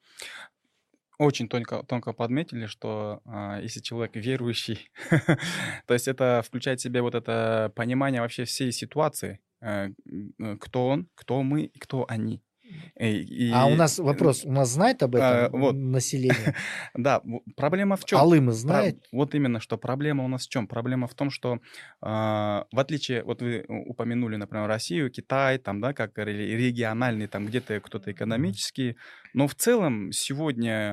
Очень тонко, тонко подметили, что а, если человек верующий, то есть это включает в себя вот это понимание вообще всей ситуации, э, м, э, кто он, кто мы и кто они. Э, А у И, нас вопрос, у нас знает об э, этом вот, население? да, в- проблема в чем? Алымы знает? Вот именно, что проблема у нас в чем? Проблема в том, что а, в отличие, вот вы у- упомянули, например, Россию, Китай, там, да, как ре- региональный, там где-то кто-то экономический, но в целом сегодня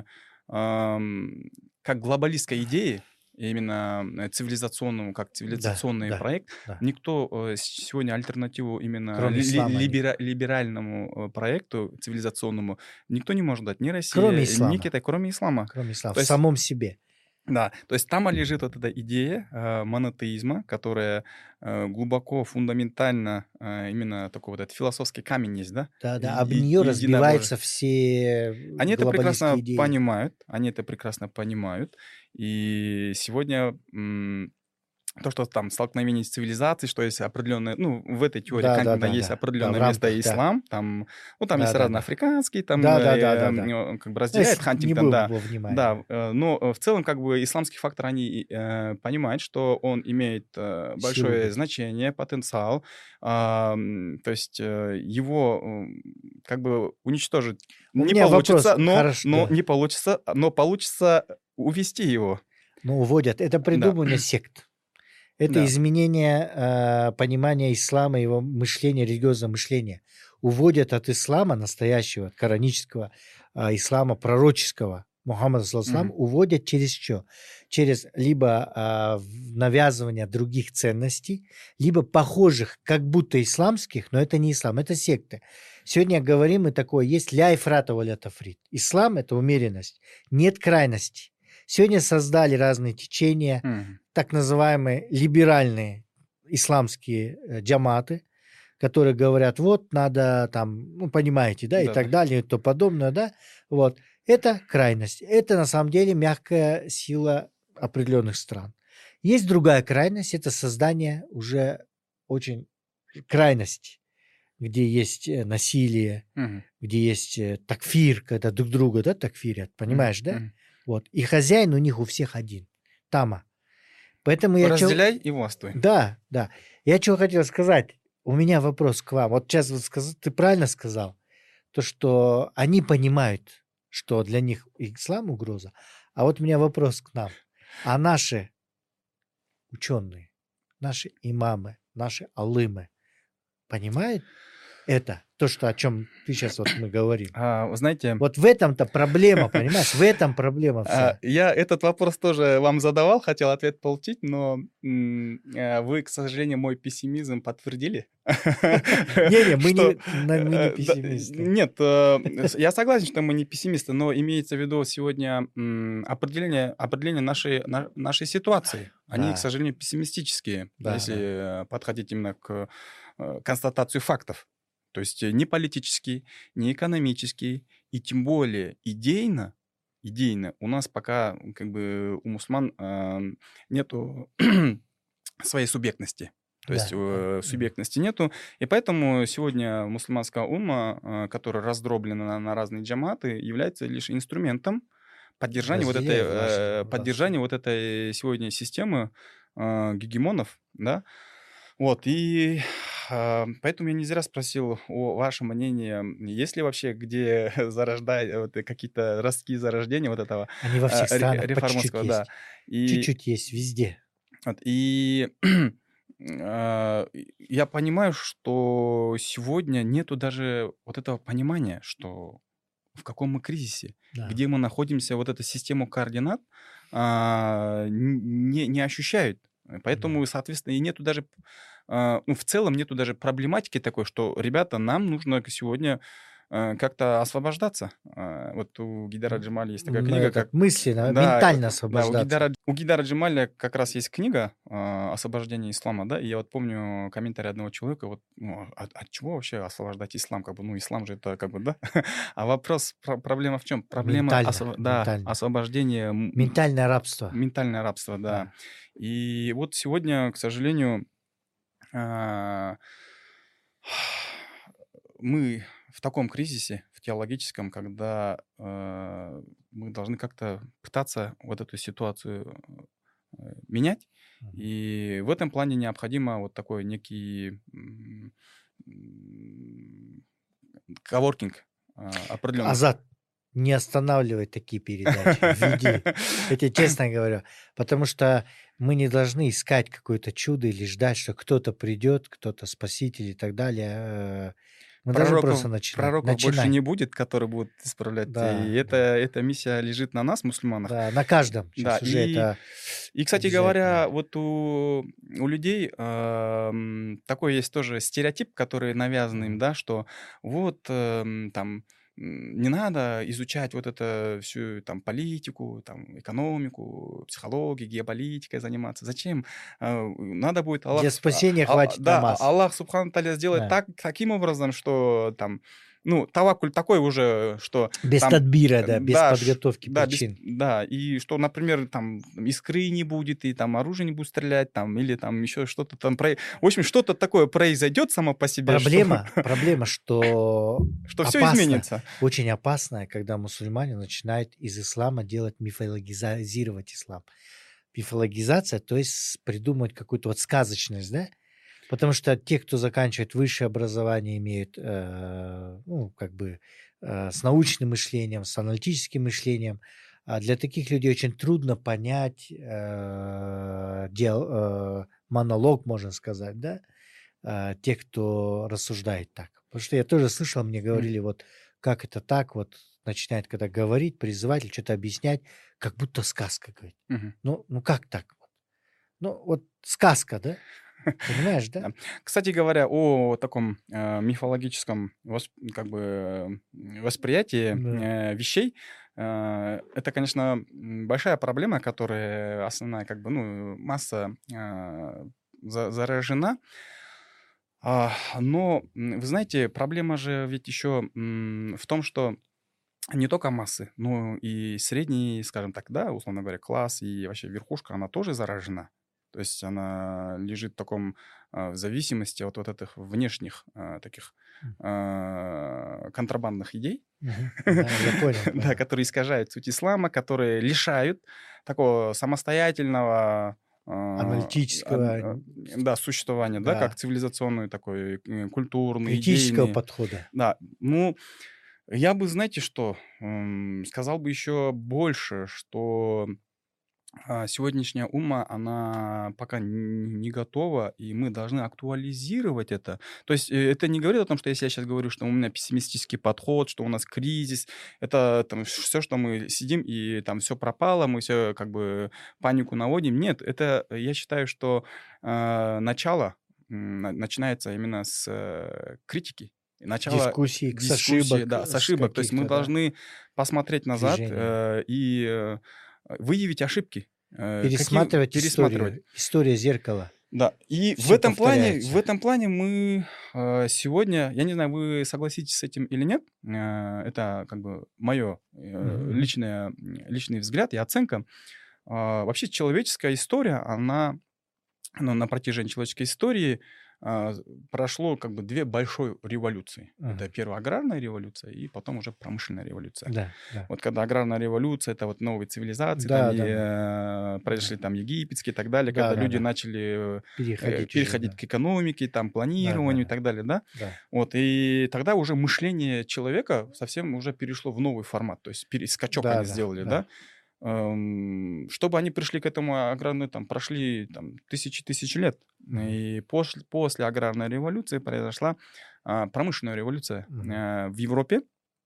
ам, как глобалистской идеи, именно э, цивилизационному, как Да, цивилизационный да, проект, да. никто э, с- сегодня альтернативу именно Кроме ли- ли- ислама. они- либера- либеральному э, проекту цивилизационному никто не может дать, ни Кроме Россия, ни ислама. Китай, кроме ислама. Кроме ислама. То В есть самом себе. да, то есть там лежит вот эта идея э, монотеизма, которая э, глубоко, фундаментально, э, именно такой вот этот философский камень есть, да, Да, да. и- Об и- нее единобожие. разбиваются все Они это глобалистские прекрасно идеи. понимают, они это прекрасно понимают, и сегодня м, то, что там столкновение с цивилизацией, что есть определенное, ну, в этой теории Да, да, Кантина да, есть да. Да, в определенное место рамках, да. ислам, там, ну, там есть Да, да, разные да. африканские, там, Да, да, да, э, да, да. м, как бы Ну, разделяет если не Хантингтон, будем да, во внимание. да, э, но э, в целом, как бы, исламский фактор, они э, понимают, что он имеет э, Силу большое быть. значение, потенциал, а, м, то есть э, его м, как бы уничтожить У не меня вопрос. получится, но, Хорошо, но да. не получится, но получится увести его. Ну, уводят. Это Да. придумывание сект. Это Да. изменение э, понимания ислама, его мышления, религиозного мышления. Уводят от ислама настоящего, от коранического э, ислама, пророческого, Мухаммада, саллаллаху, Мгм. уводят через что? Через либо э, в- навязывание других ценностей, либо похожих, как будто исламских, но это не ислам, это секты. Сегодня говорим мы такое, есть ля ифрата ва ля тафрит. Ислам – это умеренность, нет крайностей. Сегодня создали разные течения, Мгм. так называемые либеральные исламские э, джаматы, которые говорят, вот надо там, ну, понимаете, да, и Да, так да. далее, и то подобное, да, вот. Это крайность. Это на самом деле мягкая сила определенных стран. Есть другая крайность, это создание уже очень крайности, где есть э, насилие, Мгм. где есть э, такфир, когда друг друга, да, такфирят, Мгм. понимаешь, да? Мгм. Вот. И хозяин у них у всех один, Тама. Поэтому я чё... Разделяй и властвуй. Да, да. Я чего хотел сказать. У меня вопрос к вам. Вот сейчас вот сказ... ты правильно сказал, то, что они понимают, что для них ислам угроза. А вот у меня вопрос к нам. А наши ученые, наши имамы, наши алымы понимают это? То, что, о чем ты сейчас вот мы говорим. А, вы знаете, Вот в этом-то проблема, понимаешь? В этом проблема а, вся. я этот вопрос тоже вам задавал, хотел ответ получить, но м, а, вы, к сожалению, мой пессимизм подтвердили. Не-не, мы Что, не, на- мы не э, да, пессимисты. нет, э, с- я согласен, что мы не пессимисты, но имеется в виду сегодня м, определение, определение нашей, на- нашей ситуации. Они, к Да, сожалению, пессимистические, да, да. если э, подходить именно к э, констатации фактов. То есть э, не политический, не экономический, и тем более идейно, идейно. У нас пока как бы у мусульман э, нету своей субъектности. То есть Да, да. э, Мгм. субъектности нету. И поэтому сегодня мусульманская умма, э, которая раздроблена на, на разные джаматы, является лишь инструментом поддержания вот этой, Разделяет ваши, э, ваши. поддержания вот этой сегодня системы э, гегемонов, да. Вот, и а, поэтому я не зря спросил о вашем мнении, есть ли вообще где зарождать вот, какие-то ростки зарождения вот этого Они во а, всех ре- странах по чуть-чуть реформатского, да. есть. И Чуть-чуть есть везде. вот, и а, и я понимаю, что сегодня нету даже вот этого понимания, что в каком мы кризисе, Да. где мы находимся, вот эту систему координат а, н- не, не ощущают. Поэтому, Да. соответственно, и нету даже, а, ну, в целом нету даже проблематики такой, что, ребята, нам нужно сегодня а, как-то освобождаться. А, Вот у Гидара Джемали есть такая М, книга, Этот, как мысленно, да, э, ментально да, у освобождаться. Гидара, у Гидара Джемаля как раз есть книга а, «Освобождение ислама», да, и я вот помню комментарий одного человека, вот, ну, от, от чего вообще освобождать ислам, как бы, ну, ислам же это, как бы, да, а вопрос, про- проблема в чем? Проблема, Ментально, осво- да, ментально. освобождения, м, м, Ментальное рабство. ментальное рабство, да, Да. и вот сегодня, к сожалению, а, мы в таком кризисе, в теологическом, когда э, мы должны как-то пытаться вот эту ситуацию э, менять. Мгм. И в этом плане необходимо вот такой некий м, м, коворкинг а, определенных. Азат, не останавливай такие передачи, веди. Я тебе честно говорю, потому что мы не должны искать какое-то чудо или ждать, что кто-то придет, кто-то спаситель и так далее. Э, Мы должны просто Пророков, начинать. пророков больше Начинай. не будет, которые будут исправлять. И Да, это, да. эта миссия лежит на нас, мусульманах. Да, на каждом. Да, Сейчас уже и, это и кстати говоря, обязательно. вот у, у людей ам, такой есть тоже стереотип, который навязан им, Мгм. да, что вот эм, там м, не надо изучать вот это всю там политику, там экономику, психологию, геополитикой заниматься. Зачем? А, Надо будет Аллах, Для суб- а- спасения а- хватит да, а- намаз. Аллах Субхану Таля сделает Да. так, таким образом, что там, ну, таваккуль такой уже, что Без там тадбира, Э, да, без Да, ш- подготовки да, без, причин. да, и что, например, там искры не будет, и там оружие не будет стрелять, там, или там еще что-то там, про... в общем, что-то такое произойдет само по себе, что, Проблема, проблема, что что все опасно, изменится. очень опасно, когда мусульмане начинают из ислама делать, мифологизировать ислам. Мифологизация, то есть придумать какую-то вот сказочность, да? Потому что те, кто заканчивает высшее образование, имеют, э, ну, как бы, э, с научным мышлением, с аналитическим мышлением, а для таких людей очень трудно понять э, дел- э, монолог, можно сказать, да, э, тех, кто рассуждает так. Потому что я тоже слышал, мне М, говорили, вот как это так, вот начинает когда говорить, призывать или что-то объяснять, как будто сказка говорит. мгм. Ну, ну как так? Ну, вот сказка, да? Понимаешь, да? Да. Кстати говоря, о таком э, мифологическом вос- как бы м, восприятии Да. э, вещей, э, это, конечно, м, большая проблема, которая основная, как бы, ну, масса э, за- заражена. А, но, м, вы знаете, проблема же ведь еще м, в том, что не только массы, но и средний, скажем так, да, условно говоря, класс и вообще верхушка, она тоже заражена. То есть она лежит в таком а, в зависимости от вот этих внешних а, таких М. а, контрабандных идей, Мгм. Да, я понял, да, понял. которые искажают суть ислама, которые лишают такого самостоятельного а, Аналитического, ад- а, н- да, существования, да, как да, цивилизационный такой, э, культурный, критического идейный. подхода. Да, ну, я бы, знаете что, м, сказал бы еще больше, что а, сегодняшняя умма, она пока н- не готова, и мы должны актуализировать это. То есть э, это не говорит о том, что если я сейчас говорю, что у меня пессимистический подход, что у нас кризис, это там все, что мы сидим и там все пропало, мы все как бы панику наводим. Нет, это э, я считаю, что э, начало м, на- начинается именно с э, критики. Начало Дискуссии, с дискуссии, ошибок, да, с с ошибок. То есть мы каких-то, да, должны посмотреть назад движений. э, и э, выявить ошибки, э, какие Пересматривать пересматривать. историю. История зеркала. Да, и в Все этом плане, в повторяется. этом плане мы э, сегодня, я не знаю, вы согласитесь с этим или нет, э, это как бы мое Мгм, мгм. личное, личный взгляд и оценка. А, Вообще человеческая история, она ну, на протяжении человеческой истории а, прошло как бы две большой революции. Это Мгм. первая аграрная революция и потом уже промышленная революция. Да, да. Вот когда аграрная революция, это вот новые цивилизации, там Да, и, да, да. э, Да, произошли там египетские и так далее, да, когда да, люди да. начали э, Переходить уже, переходить да. к экономике, там, Да, да, планированию и да. так далее, да. Да. Вот, и тогда уже мышление человека совсем уже перешло в новый формат, то есть пере- скачок Да, они да, сделали, да. да. Эм, чтобы они пришли к этому аграрной, там, прошли там тысячи тысяч лет. Мгм, И после, после аграрной революции произошла а, промышленная революция мгм. э, в Европе.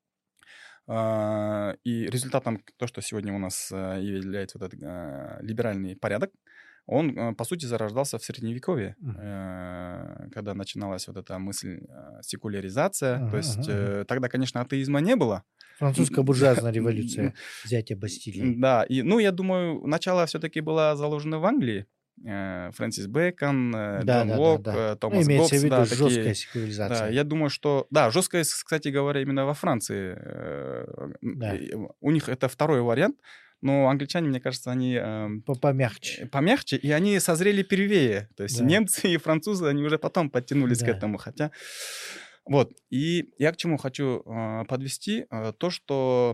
А, И результатом то, что сегодня у нас а, является вот этот а, либеральный порядок, он, а, по сути, зарождался в Средневековье, Мгм. э, когда начиналась вот эта мысль а, секуляризация. То Мгм, мгм, есть мгм. э, тогда, конечно, атеизма не было. Французская М, буржуазная м, революция, взятие Бастилии. Да, и, ну, я думаю, начало все-таки было заложено в Англии. Э, Фрэнсис Бэкон, э, Да, Джон да, да, Лок, да. э, Ну, Томас имеется в Гоббс, виду да, жесткая такие. Да, секуляризация. я думаю, что... Да, жесткая, кстати говоря, именно во Франции. э, м, Да, и У них это второй вариант, но англичане, мне кажется, они эм, по- помягче. э, помягче, и они созрели первее. То есть Да, немцы и французы, они уже потом подтянулись к да. этому, хотя... Вот, и я к чему хочу э, подвести, э, то, что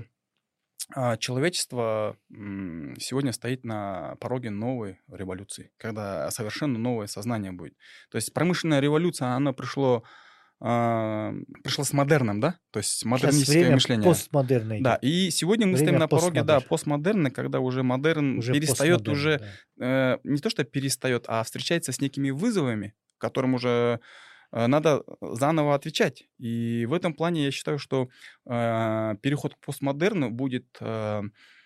а, человечество м, сегодня стоит на пороге новой революции, когда совершенно новое сознание будет. То есть промышленная революция, она пришло, а, пришла с модерном, да? То есть Сейчас модернистское время мышление. постмодерна Да, идет. и сегодня мы стоим Время на пороге, да, постмодерн. постмодерна, когда уже модерн Уже перестает постмодерн, уже, да. э, не то что перестает, а встречается с некими вызовами, которым уже э, надо заново отвечать. И в этом плане я считаю, что э, переход к постмодерну будет, э,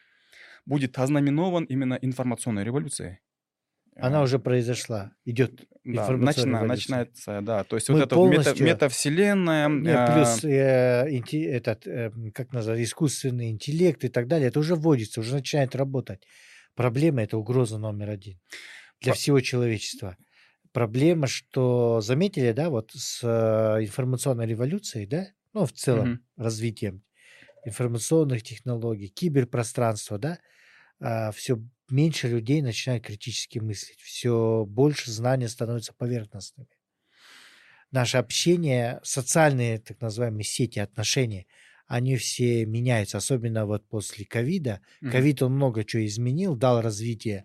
будет ознаменован именно информационной революцией. Она Э, уже произошла. Идет Да, информационная начина, революция. начинается, да, то есть вот Мы эта вот мета, полностью... Не, метавселенная. плюс э, инте- этот, э, как назвать, искусственный интеллект и так далее, это уже вводится, уже начинает работать. Проблема– это угроза номер один э, для всего человечества. Проблема, что заметили, да, вот с э, информационной революцией, да, ну, в целом Мгм. развитием информационных технологий, киберпространства, да, все меньше людей начинают критически мыслить, все больше знания становятся поверхностными. Наше общение, социальные так называемые сети, отношения, они все меняются, особенно вот после ковида. Мгм. Ковид, он много чего изменил, дал развитие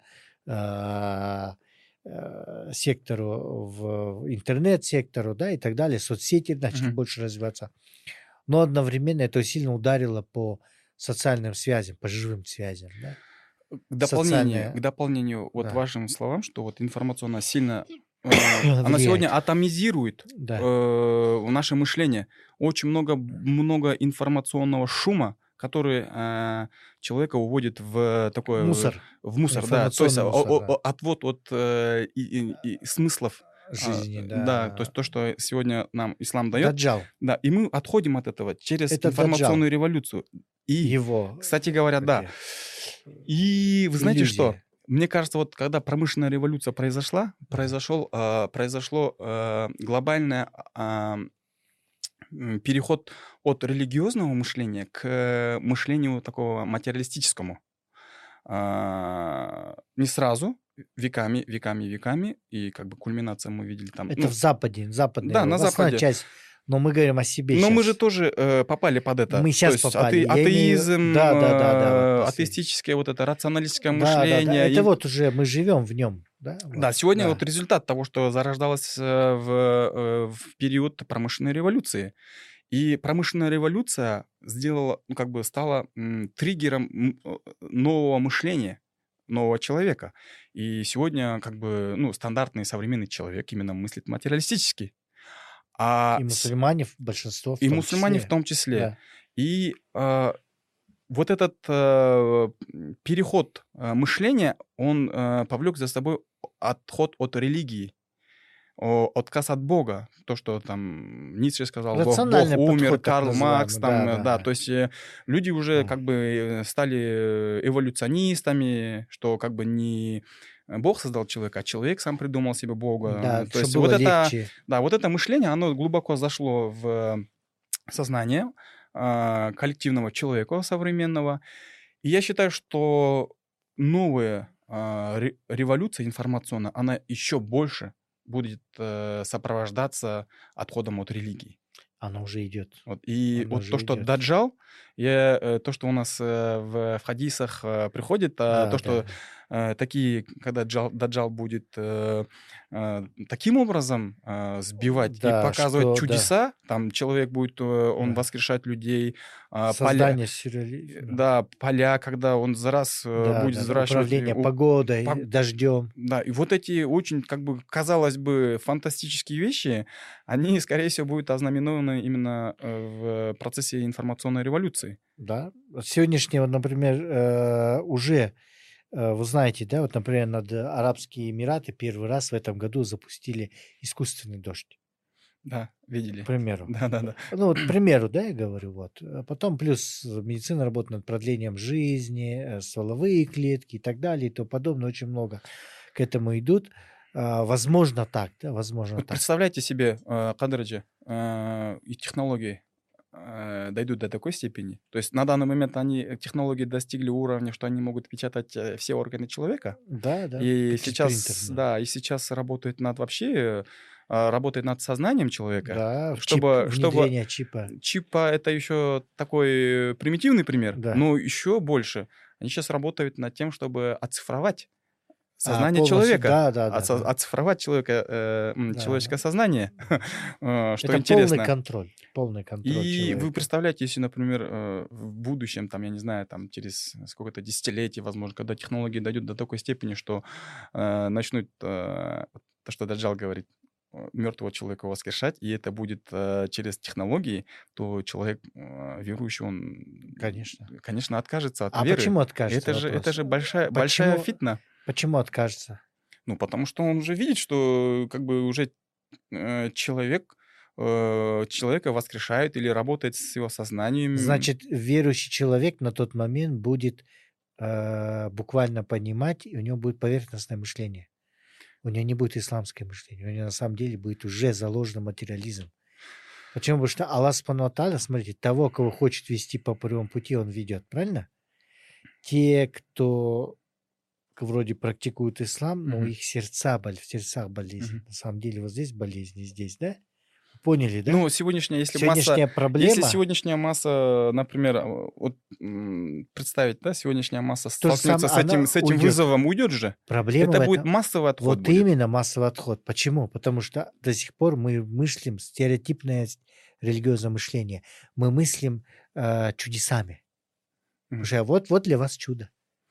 а, э, сектору, в интернет-сектору, да, и так далее. Соцсети начали Мгм. больше развиваться. Но одновременно это сильно ударило по социальным связям, по живым связям, да. К дополнению, к Социальная, дополнению вот да, вашим словам, что вот информационно сильно, э, она сегодня влияет. атомизирует Да. э, наше мышление. Очень много, много информационного шума, который э, человека уводит в такое, Мусор, в мусор, да. То есть информационный о- мусор, о- да. о- отвод от э, и- и- и смыслов. а, Жизни, Да, то да. есть то, что сегодня нам ислам дает, Даджал. да, и мы отходим от этого через Это даджал. информационную революцию. И, Его, кстати говоря, как да. я, И вы знаете что? иллюзия. Мне кажется, вот когда промышленная революция произошла, Мгм. произошел, а, произошло а, глобальное а, м, переход от религиозного мышления к мышлению такого материалистическому. А, не сразу, веками, веками, веками, и как бы кульминация мы видели там, Это в ну, Западе, западная да, на новостная Западе. часть, но мы говорим о себе Но мы же сейчас. тоже э, попали под это. Мы То сейчас есть попали. ате- Я имею... атеизм, Да, да, да, да, вот э, последний. атеистическое вот это рационалистское Да, да, да. мышление. Это И вот уже мы живем в нем, да, да, вот, сегодня вот да. результат того, что зарождалось э, в, э, в период промышленной революции. И промышленная революция сделала, ну, как бы стала м, триггером м, э, нового мышления, нового человека. И сегодня, как бы, ну, стандартный современный человек именно мыслит материалистически. А И с- мусульмане, в- большинство в и том мусульмане в числе. том числе. Да. И э, вот этот э, м, переход э, мышления, он э, повлек за собой отход от религии, о- отказ от Бога. То, что там Ницше сказал, Бог, Бог Рациональный умер, подход, так Карл Маркс, называемый. там, Да, э, да, да, то да. есть э, люди уже Да. как бы э, стали э, эволюционистами, что как бы не Бог создал человека, а человек сам придумал себе Бога. Да, То чтобы есть было вот это, легче. да, вот это мышление, оно глубоко зашло в сознание а, коллективного человека современного. И я считаю, что новая а, ре- революция информационная, она еще больше будет э, сопровождаться отходом от религии. Оно уже идет. Вот. И Оно вот то, уже что идет. даджал, я, э, то, что у нас э, в, в хадисах э, приходит, а, Да, то, что да. э, такие, когда джал- даджал будет э, э, таким образом э, сбивать и Да, показывать что, да, чудеса, там человек будет, э, он да. воскрешать людей, а, поля, Создание э, сюрреализма. да, поля, когда он за раз э, Да, будет да, да. взращивать, э, Управление у- погодой, пог- дождем. да, и вот эти очень, как бы, казалось бы, фантастические вещи, они, скорее всего, будут ознаменованы именно э, в процессе информационной революции. Да. Вот сегодняшнего, например, э, уже, э, вы знаете, да, вот, например, над Арабские Эмираты первый раз в этом году запустили искусственный дождь, Да, к видели. примеру. Да-да-да. Ну, вот, к примеру, да, я говорю, вот. А потом плюс медицина работает над продлением жизни, э, стволовые клетки и так далее, и тому подобное. Очень много к этому идут. А, возможно так, да, возможно Вот так. представляете себе, э, Кадырджи, э, и технологии э, дойдут до такой степени. То есть на данный момент они, э, технологии достигли уровня, что они могут печатать э, все органы человека. Да, да, И через принтер, сейчас, да. да, и сейчас работает над вообще, э, работает над сознанием человека, Да, в чип, чтобы, чтобы внедрение чипа. чипа это еще такой примитивный пример, Да. но еще больше. Они сейчас работают над тем, чтобы оцифровать А, сознание полностью, человека, да, да, да, оца- да. оцифровать человека, э, м, Да. человеческое сознание, э, что Это полный интересно. контроль, полный контроль И вы человека. представляете, если, например, э, в будущем, там, я не знаю, там, через сколько-то десятилетий, возможно, когда технологии дойдут до такой степени, что э, начнут, э, то, что Даджал говорит, э, мертвого человека воскрешать, и это будет э, через технологии, то человек э, верующий, он, Конечно. конечно, откажется от А веры. почему откажется? Это же, это Вопрос. же большая, большая Почему, фитна. почему откажется? Ну, потому что он уже видит, что как бы уже э, человек, э, человека воскрешают или работает с его сознанием. Значит, верующий человек на тот момент будет э, буквально понимать, и у него будет поверхностное мышление. У него не будет исламское мышление. У него на самом деле будет уже заложен материализм. Почему? Потому что Аллах Субхану ва Тааля, смотрите, того, кого хочет вести по прямому пути, он ведет. Правильно? Те, кто вроде практикуют ислам, но Мгм. их сердца, боль, в сердцах болезнь. Мгм. На самом деле вот здесь болезнь, и здесь, да? Поняли, да? Ну, сегодняшняя, если масса, Сегодняшняя если проблема, сегодняшняя масса, например, а, вот м, представить, да, сегодняшняя масса то же столкнется самое, с этим, она с этим уйдет. вызовом, уйдет же. Проблема Это в будет этом. массовый отход Вот будет. именно массовый отход. Почему? Потому что до сих пор мы мыслим стереотипное с- религиозное мышление. Мы мыслим э, чудесами. Потому Мгм. что вот, вот для вас чудо.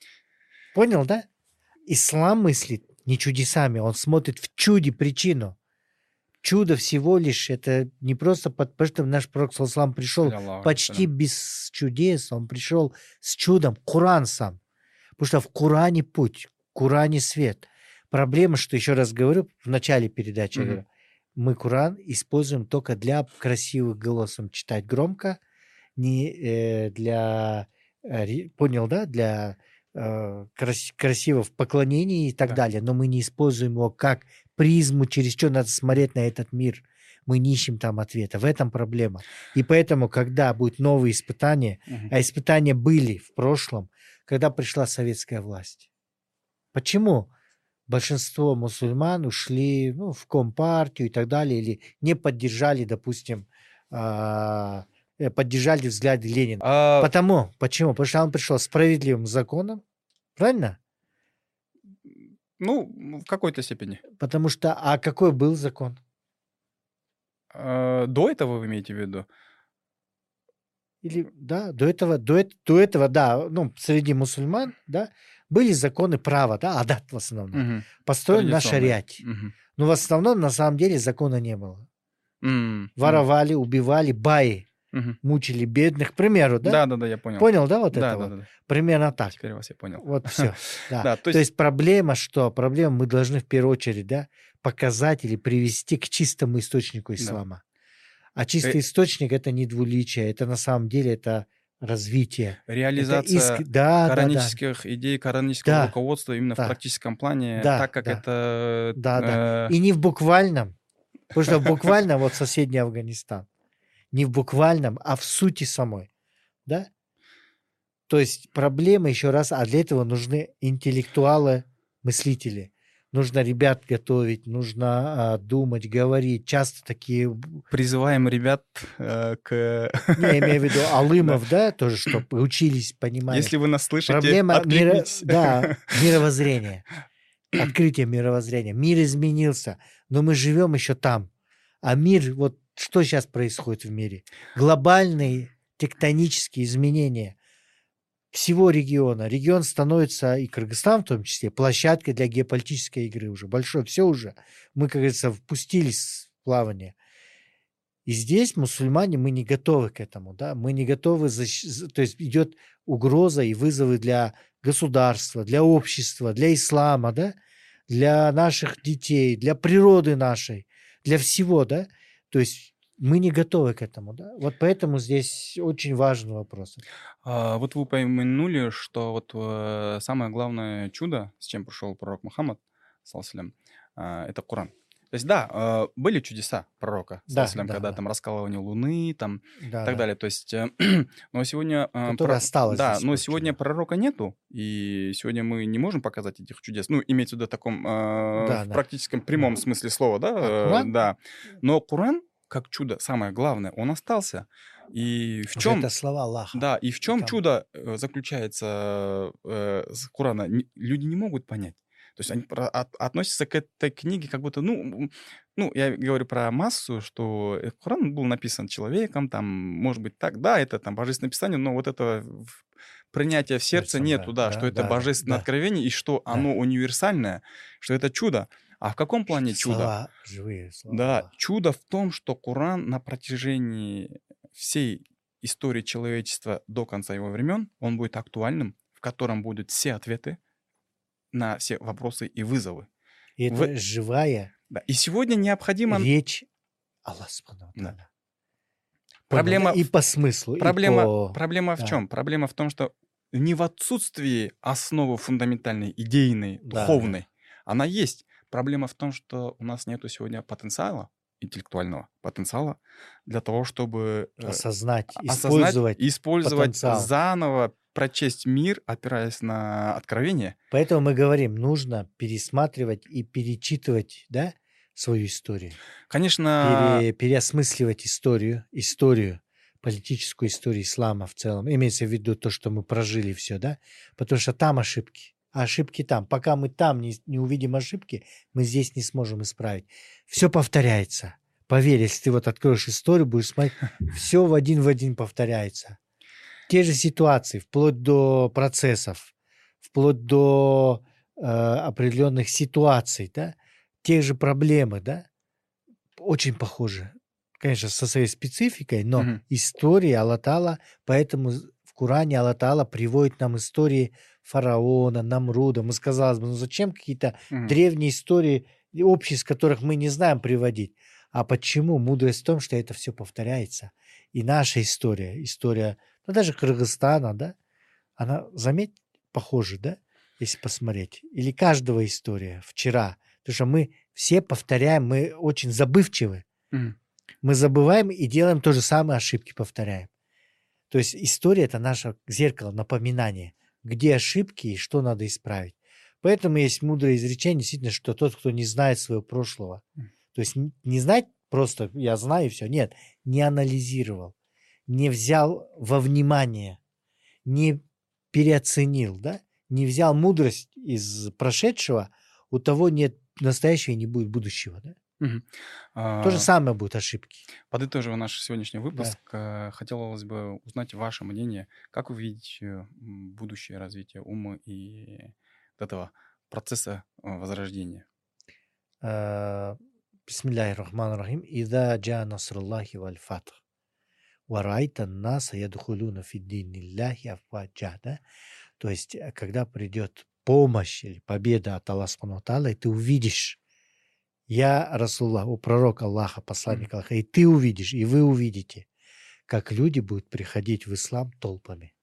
Понял, да? Ислам мыслит не чудесами, он смотрит в чуде причину. Чудо всего лишь, это не просто под, потому что наш пророк саллаллаху пришел Аллаху почти ассалям. без чудес, он пришел с чудом, Коран сам. Потому что в Коране путь, в Коране свет. Проблема, что, еще раз говорю, в начале передачи я Мгм. говорю, мы Коран используем только для красивых голосом читать громко, не э, для, э, ре- понял, да, для э, крас- красивого поклонения и так Да. далее, но мы не используем его как призму, через что надо смотреть на этот мир. Мы не ищем там ответа. В этом проблема. И поэтому, когда будут новые испытания, Мгм. а испытания были в прошлом, когда пришла советская власть. Почему большинство мусульман ушли ну, в Компартию и так далее, или не поддержали, допустим, а, э, поддержали взгляды Ленина? А, Потому, почему? Потому что он пришел с справедливым законом, правильно? ну, в какой-то степени. Потому что, а какой был закон? А, до этого вы имеете в виду? Или, да, до этого, до, эт- до этого, да, ну, среди мусульман, да, были законы права, да, адат в основном, Мгм. построен на Традиционный. шариате. Мгм. Но в основном, на самом деле, закона не было. М, м. Воровали, убивали, баи, Мгм. мучили бедных, к примеру, да? Да, да, да, я понял. Понял, да, вот Да, это да, вот? да, да. Примерно так. Теперь вас я понял. Вот все, да. Да, то То есть, есть проблема что? Проблема мы должны в первую очередь, да, показать или привести к чистому источнику да. ислама. А Э, чистый источник это не двуличие, это на самом деле это развития. Это Реализация иск... Да, да, да. коранических идей, коранического Да, руководства именно в да, практическом плане, да, так как да, это... да, да. э, И не в буквальном, потому что в буквальном, вот соседний Афганистан, не в буквальном, а в сути самой, да? То есть проблема, еще раз, а для этого нужны интеллектуалы, мыслители. Нужно ребят готовить, нужно а, думать, говорить. Часто такие... б- Призываем ребят э, к... Не, я имею в виду Да. алымов, да, тоже, чтобы учились, понимали. Если вы нас слышите, Проблема мира... откликнитесь. Да, мировоззрения. Открытие мировоззрения. Мир изменился, но мы живем еще там. А мир, вот что сейчас происходит в мире? Глобальные тектонические изменения всего региона. Регион становится, и Кыргызстан в том числе, площадкой для геополитической игры уже. Большой, все уже. Мы, как говорится, впустились в плавание. И здесь мусульмане, мы не готовы к этому, да, мы не готовы, защ... то есть идет угроза и вызовы для государства, для общества, для ислама, да, для наших детей, для природы нашей, для всего, да, то есть мы не готовы к этому, да, вот поэтому здесь очень важный вопрос. А, Вот вы упомянули, что вот э, самое главное чудо, с чем пришел пророк Мухаммад, саллаллаху алейхи, а, это Коран. То есть, да, э, были чудеса пророка, Да, саллаллаху алейхи, да, когда да, там раскалывание луны, там и да, так да, далее. То есть, э, но сегодня, э, которое про- осталось до да, сих но пор сегодня чудо. пророка нету, и сегодня мы не можем показать этих чудес. Ну, имеется в виду в таком э, Да, в да, практическом да. прямом смысле слова, да, А э, Куран да. Но Коран как чудо, самое главное, он остался. И в уже это чем слова Аллаха. да, и в И чем там, чудо э, заключается э, с Корана? Н- Люди не могут понять. То есть они про- от- относятся к этой книге как будто, ну, м, ну, я говорю про массу, что э, Коран был написан человеком, там, может быть, так, да, это там божественное писание, но вот это в- принятие в сердце сердцем, нету, да, да, что да, это да, да, божественное да, откровение и что да. оно универсальное, что это чудо. А в каком Что плане это чудо? слова, живые слова Да, Аллаха. чудо в том, что Коран на протяжении всей истории человечества до конца его времен, он будет актуальным, в котором будут все ответы на все вопросы и вызовы. И В- это живая да. И сегодня необходимо... речь Аллаха Субхану ва Да. Тааля. Понял, да? Проблема, И в- по смыслу, и проблема, по... проблема в Да, чем? Проблема в том, что не в отсутствии основы фундаментальной, идейной, да, духовной. да. Она есть. Проблема в том, что у нас нету сегодня потенциала, интеллектуального потенциала для того, чтобы э, Осознать, осознать, использовать использовать потенциал. заново, прочесть мир, опираясь на откровение. Поэтому мы говорим, нужно пересматривать и перечитывать, да, свою историю. Конечно, Пере, переосмысливать историю, историю, политическую историю ислама в целом. Имеется в виду то, что мы прожили все, да? Потому что там ошибки. А ошибки там. Пока мы там не, не увидим ошибки, мы здесь не сможем исправить. Все повторяется. Поверь, если ты вот откроешь историю, будешь смотреть, все в один в один повторяется. Те же ситуации, вплоть до процессов, вплоть до э, определенных ситуаций, да, те же проблемы, да, очень похожи. Конечно, со своей спецификой, но мгм, история Аллах Таала, поэтому в Коране Аллах Таала приводит нам истории фараона, Намруда. Мы сказали, ну зачем какие-то мгм. древние истории, общие, из которых мы не знаем, приводить? А почему? Мудрость в том, что это все повторяется. И наша история, история, ну даже Кыргызстана, да, она, заметь, похожа, да, если посмотреть. Или каждого история вчера. Потому что мы все повторяем, мы очень забывчивы. Мгм. Мы забываем и делаем то же самое, ошибки повторяем. То есть история – это наше зеркало, напоминание, где ошибки и что надо исправить. Поэтому есть мудрое изречение, действительно, что тот, кто не знает своего прошлого, Мгм. то есть н- не знать просто «я знаю» и все, нет, не анализировал, не взял во внимание, не переоценил, да, не взял мудрость из прошедшего, у того нет настоящего и не будет будущего. Да? Мгм. То же А, самое будут ошибки. Подытоживая наш сегодняшний Да. выпуск, э, хотелось бы узнать ваше мнение. Как вы видите м, будущее развитие ума и вот этого процесса э, возрождения? آه، بسم الله الرحمن الرحيم إذا جاء نصر الله والفتح ورأيت الناس يدخلون في دين الله أفواجا, да? То есть, э, когда придет помощь или победа от Аллаха Субхану ва Тааля, и ты увидишь, я Расуллах, у пророка Аллаха, Мгм. посланник Аллаха, и ты увидишь, и вы увидите, как люди будут приходить в ислам толпами.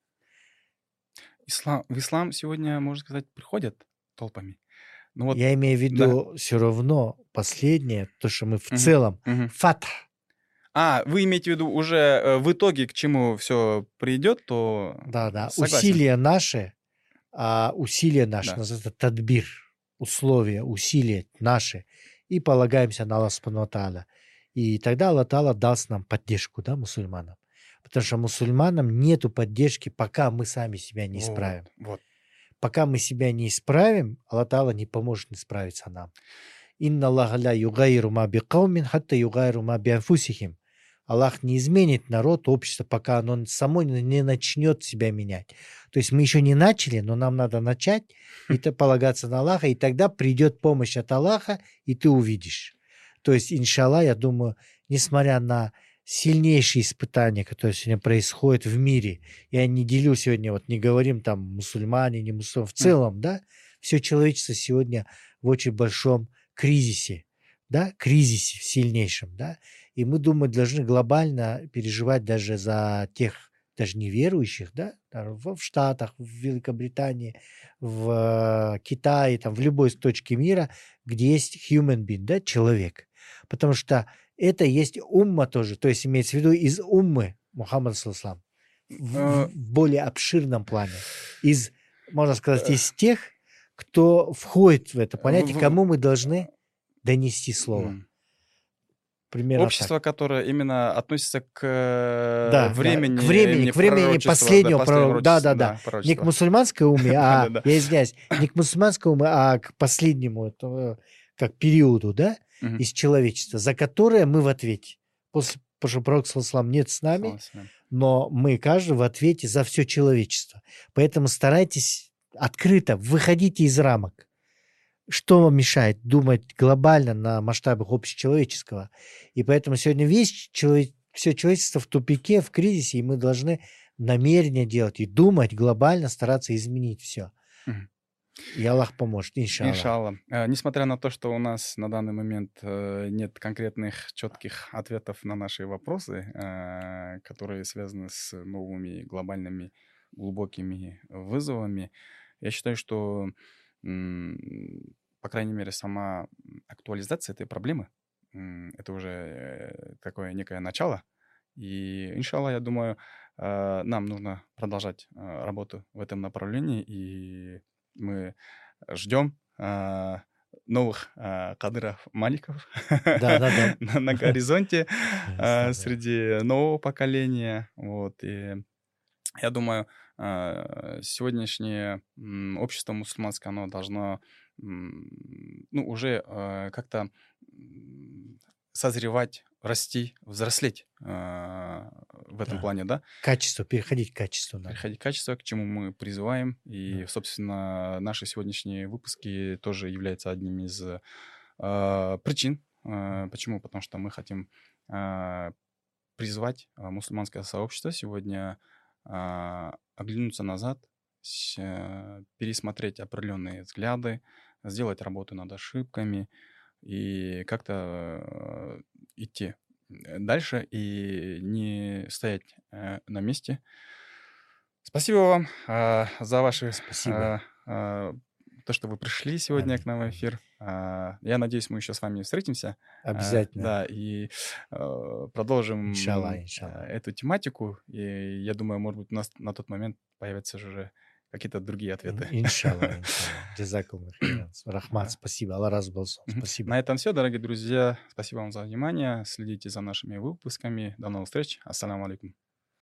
Ислам, в ислам сегодня, можно сказать, приходят толпами. Ну вот, Я имею в да. виду все равно последнее, то, что мы в Мгм, целом, мгм. фатх, А, вы имеете в виду уже э, в итоге, к чему все придет, то да, да, согласен. усилия наши, а усилия наши, Да. называется тадбир, условия, усилия наши, и полагаемся на Аллах Субхану ва Тааля. И тогда Аллах Таала даст нам поддержку, да, мусульманам. Потому что мусульманам нету поддержки, пока мы сами себя не исправим. Вот, вот. Пока мы себя не исправим, Аллах Таала не поможет исправиться нам. Инна Аллаха ля югайру ма бикаумин, хатта югайру ма бианфусихим. Аллах не изменит народ, общество, пока оно само не начнет себя менять. То есть мы еще не начали, но нам надо начать и то полагаться на Аллаха, и тогда придет помощь от Аллаха, и ты увидишь. То есть, иншаллах, я думаю, несмотря на сильнейшие испытания, которые сегодня происходят в мире, я не делю сегодня, вот не говорим там мусульмане, не мусульмане, в целом, да, все человечество сегодня в очень большом кризисе, да, кризисе сильнейшем, да, и мы, думаю, должны глобально переживать даже за тех, даже неверующих, да, в Штатах, в Великобритании, в Китае, там, в любой точке мира, где есть human being, да, человек. Потому что это есть умма тоже, то есть имеется в виду из уммы Мухаммад саллаллаху в, в, в более обширном плане, из, можно сказать, из тех, кто входит в это понятие, кому мы должны донести слово. Примерно Общество, так. которое именно относится к Да, времени, да, к времени, к времени последнего да, пророка. Да, да, да. да, Не к мусульманской уме, а, Да, да, да. я извиняюсь, не к мусульманской уме, а к последнему, это, как периоду, да, Мгм. из человечества, за которое мы в ответе. После, потому что пророк саллаллаху нет с нами, но мы каждый в ответе за все человечество. Поэтому старайтесь открыто, выходите из рамок. Что вам мешает думать глобально на масштабах общечеловеческого? И поэтому сегодня весь человек, все человечество в тупике, в кризисе, и мы должны намерение делать и думать глобально, стараться изменить все. Мгм. И Аллах поможет, иншаллах. Иншаллах. Э, Несмотря на то, что у нас на данный момент э, нет конкретных четких ответов на наши вопросы, э, которые связаны с новыми глобальными глубокими вызовами, я считаю, что, м, по крайней мере, сама актуализация этой проблемы, м, это уже э, такое некое начало. И, иншаллах, я думаю, э, нам нужно продолжать э, работу в этом направлении, и мы ждем э, новых э, Кадыров Маликов Да, да, да. на, на горизонте э, Да. среди нового поколения. Вот. И я думаю, э, сегодняшнее м, общество мусульманское, оно должно м, ну, уже э, как-то м, созревать, расти, взрослеть э, в этом Да. плане, да? Качество, переходить к качеству надо. Переходить к качеству, к чему мы призываем. И, Да. собственно, наши сегодняшние выпуски тоже являются одним из э, причин. Э, почему? Потому что мы хотим э, призвать э, мусульманское сообщество сегодня э, оглянуться назад, с- э, пересмотреть определенные взгляды, сделать работу над ошибками и как-то э, идти дальше и не стоять э, на месте. Спасибо вам э, за ваши Спасибо. э, э, то, что вы пришли сегодня Аминь, к нам в аминь. эфир. А, Я надеюсь, мы еще с вами встретимся. э, Обязательно. Да, и э, продолжим Иншаллах, э, иншаллах. эту тематику. И я думаю, может быть, у нас на тот момент появятся уже какие-то другие Ин- ответы. Иншаллах, иншаллах. Джазакумуллах хейран. Рахмат, А, спасибо. Аллах раз был. мгм. Спасибо. На этом все, дорогие друзья. Спасибо вам за внимание. Следите за нашими выпусками. До новых встреч. Ассаламу алейкум.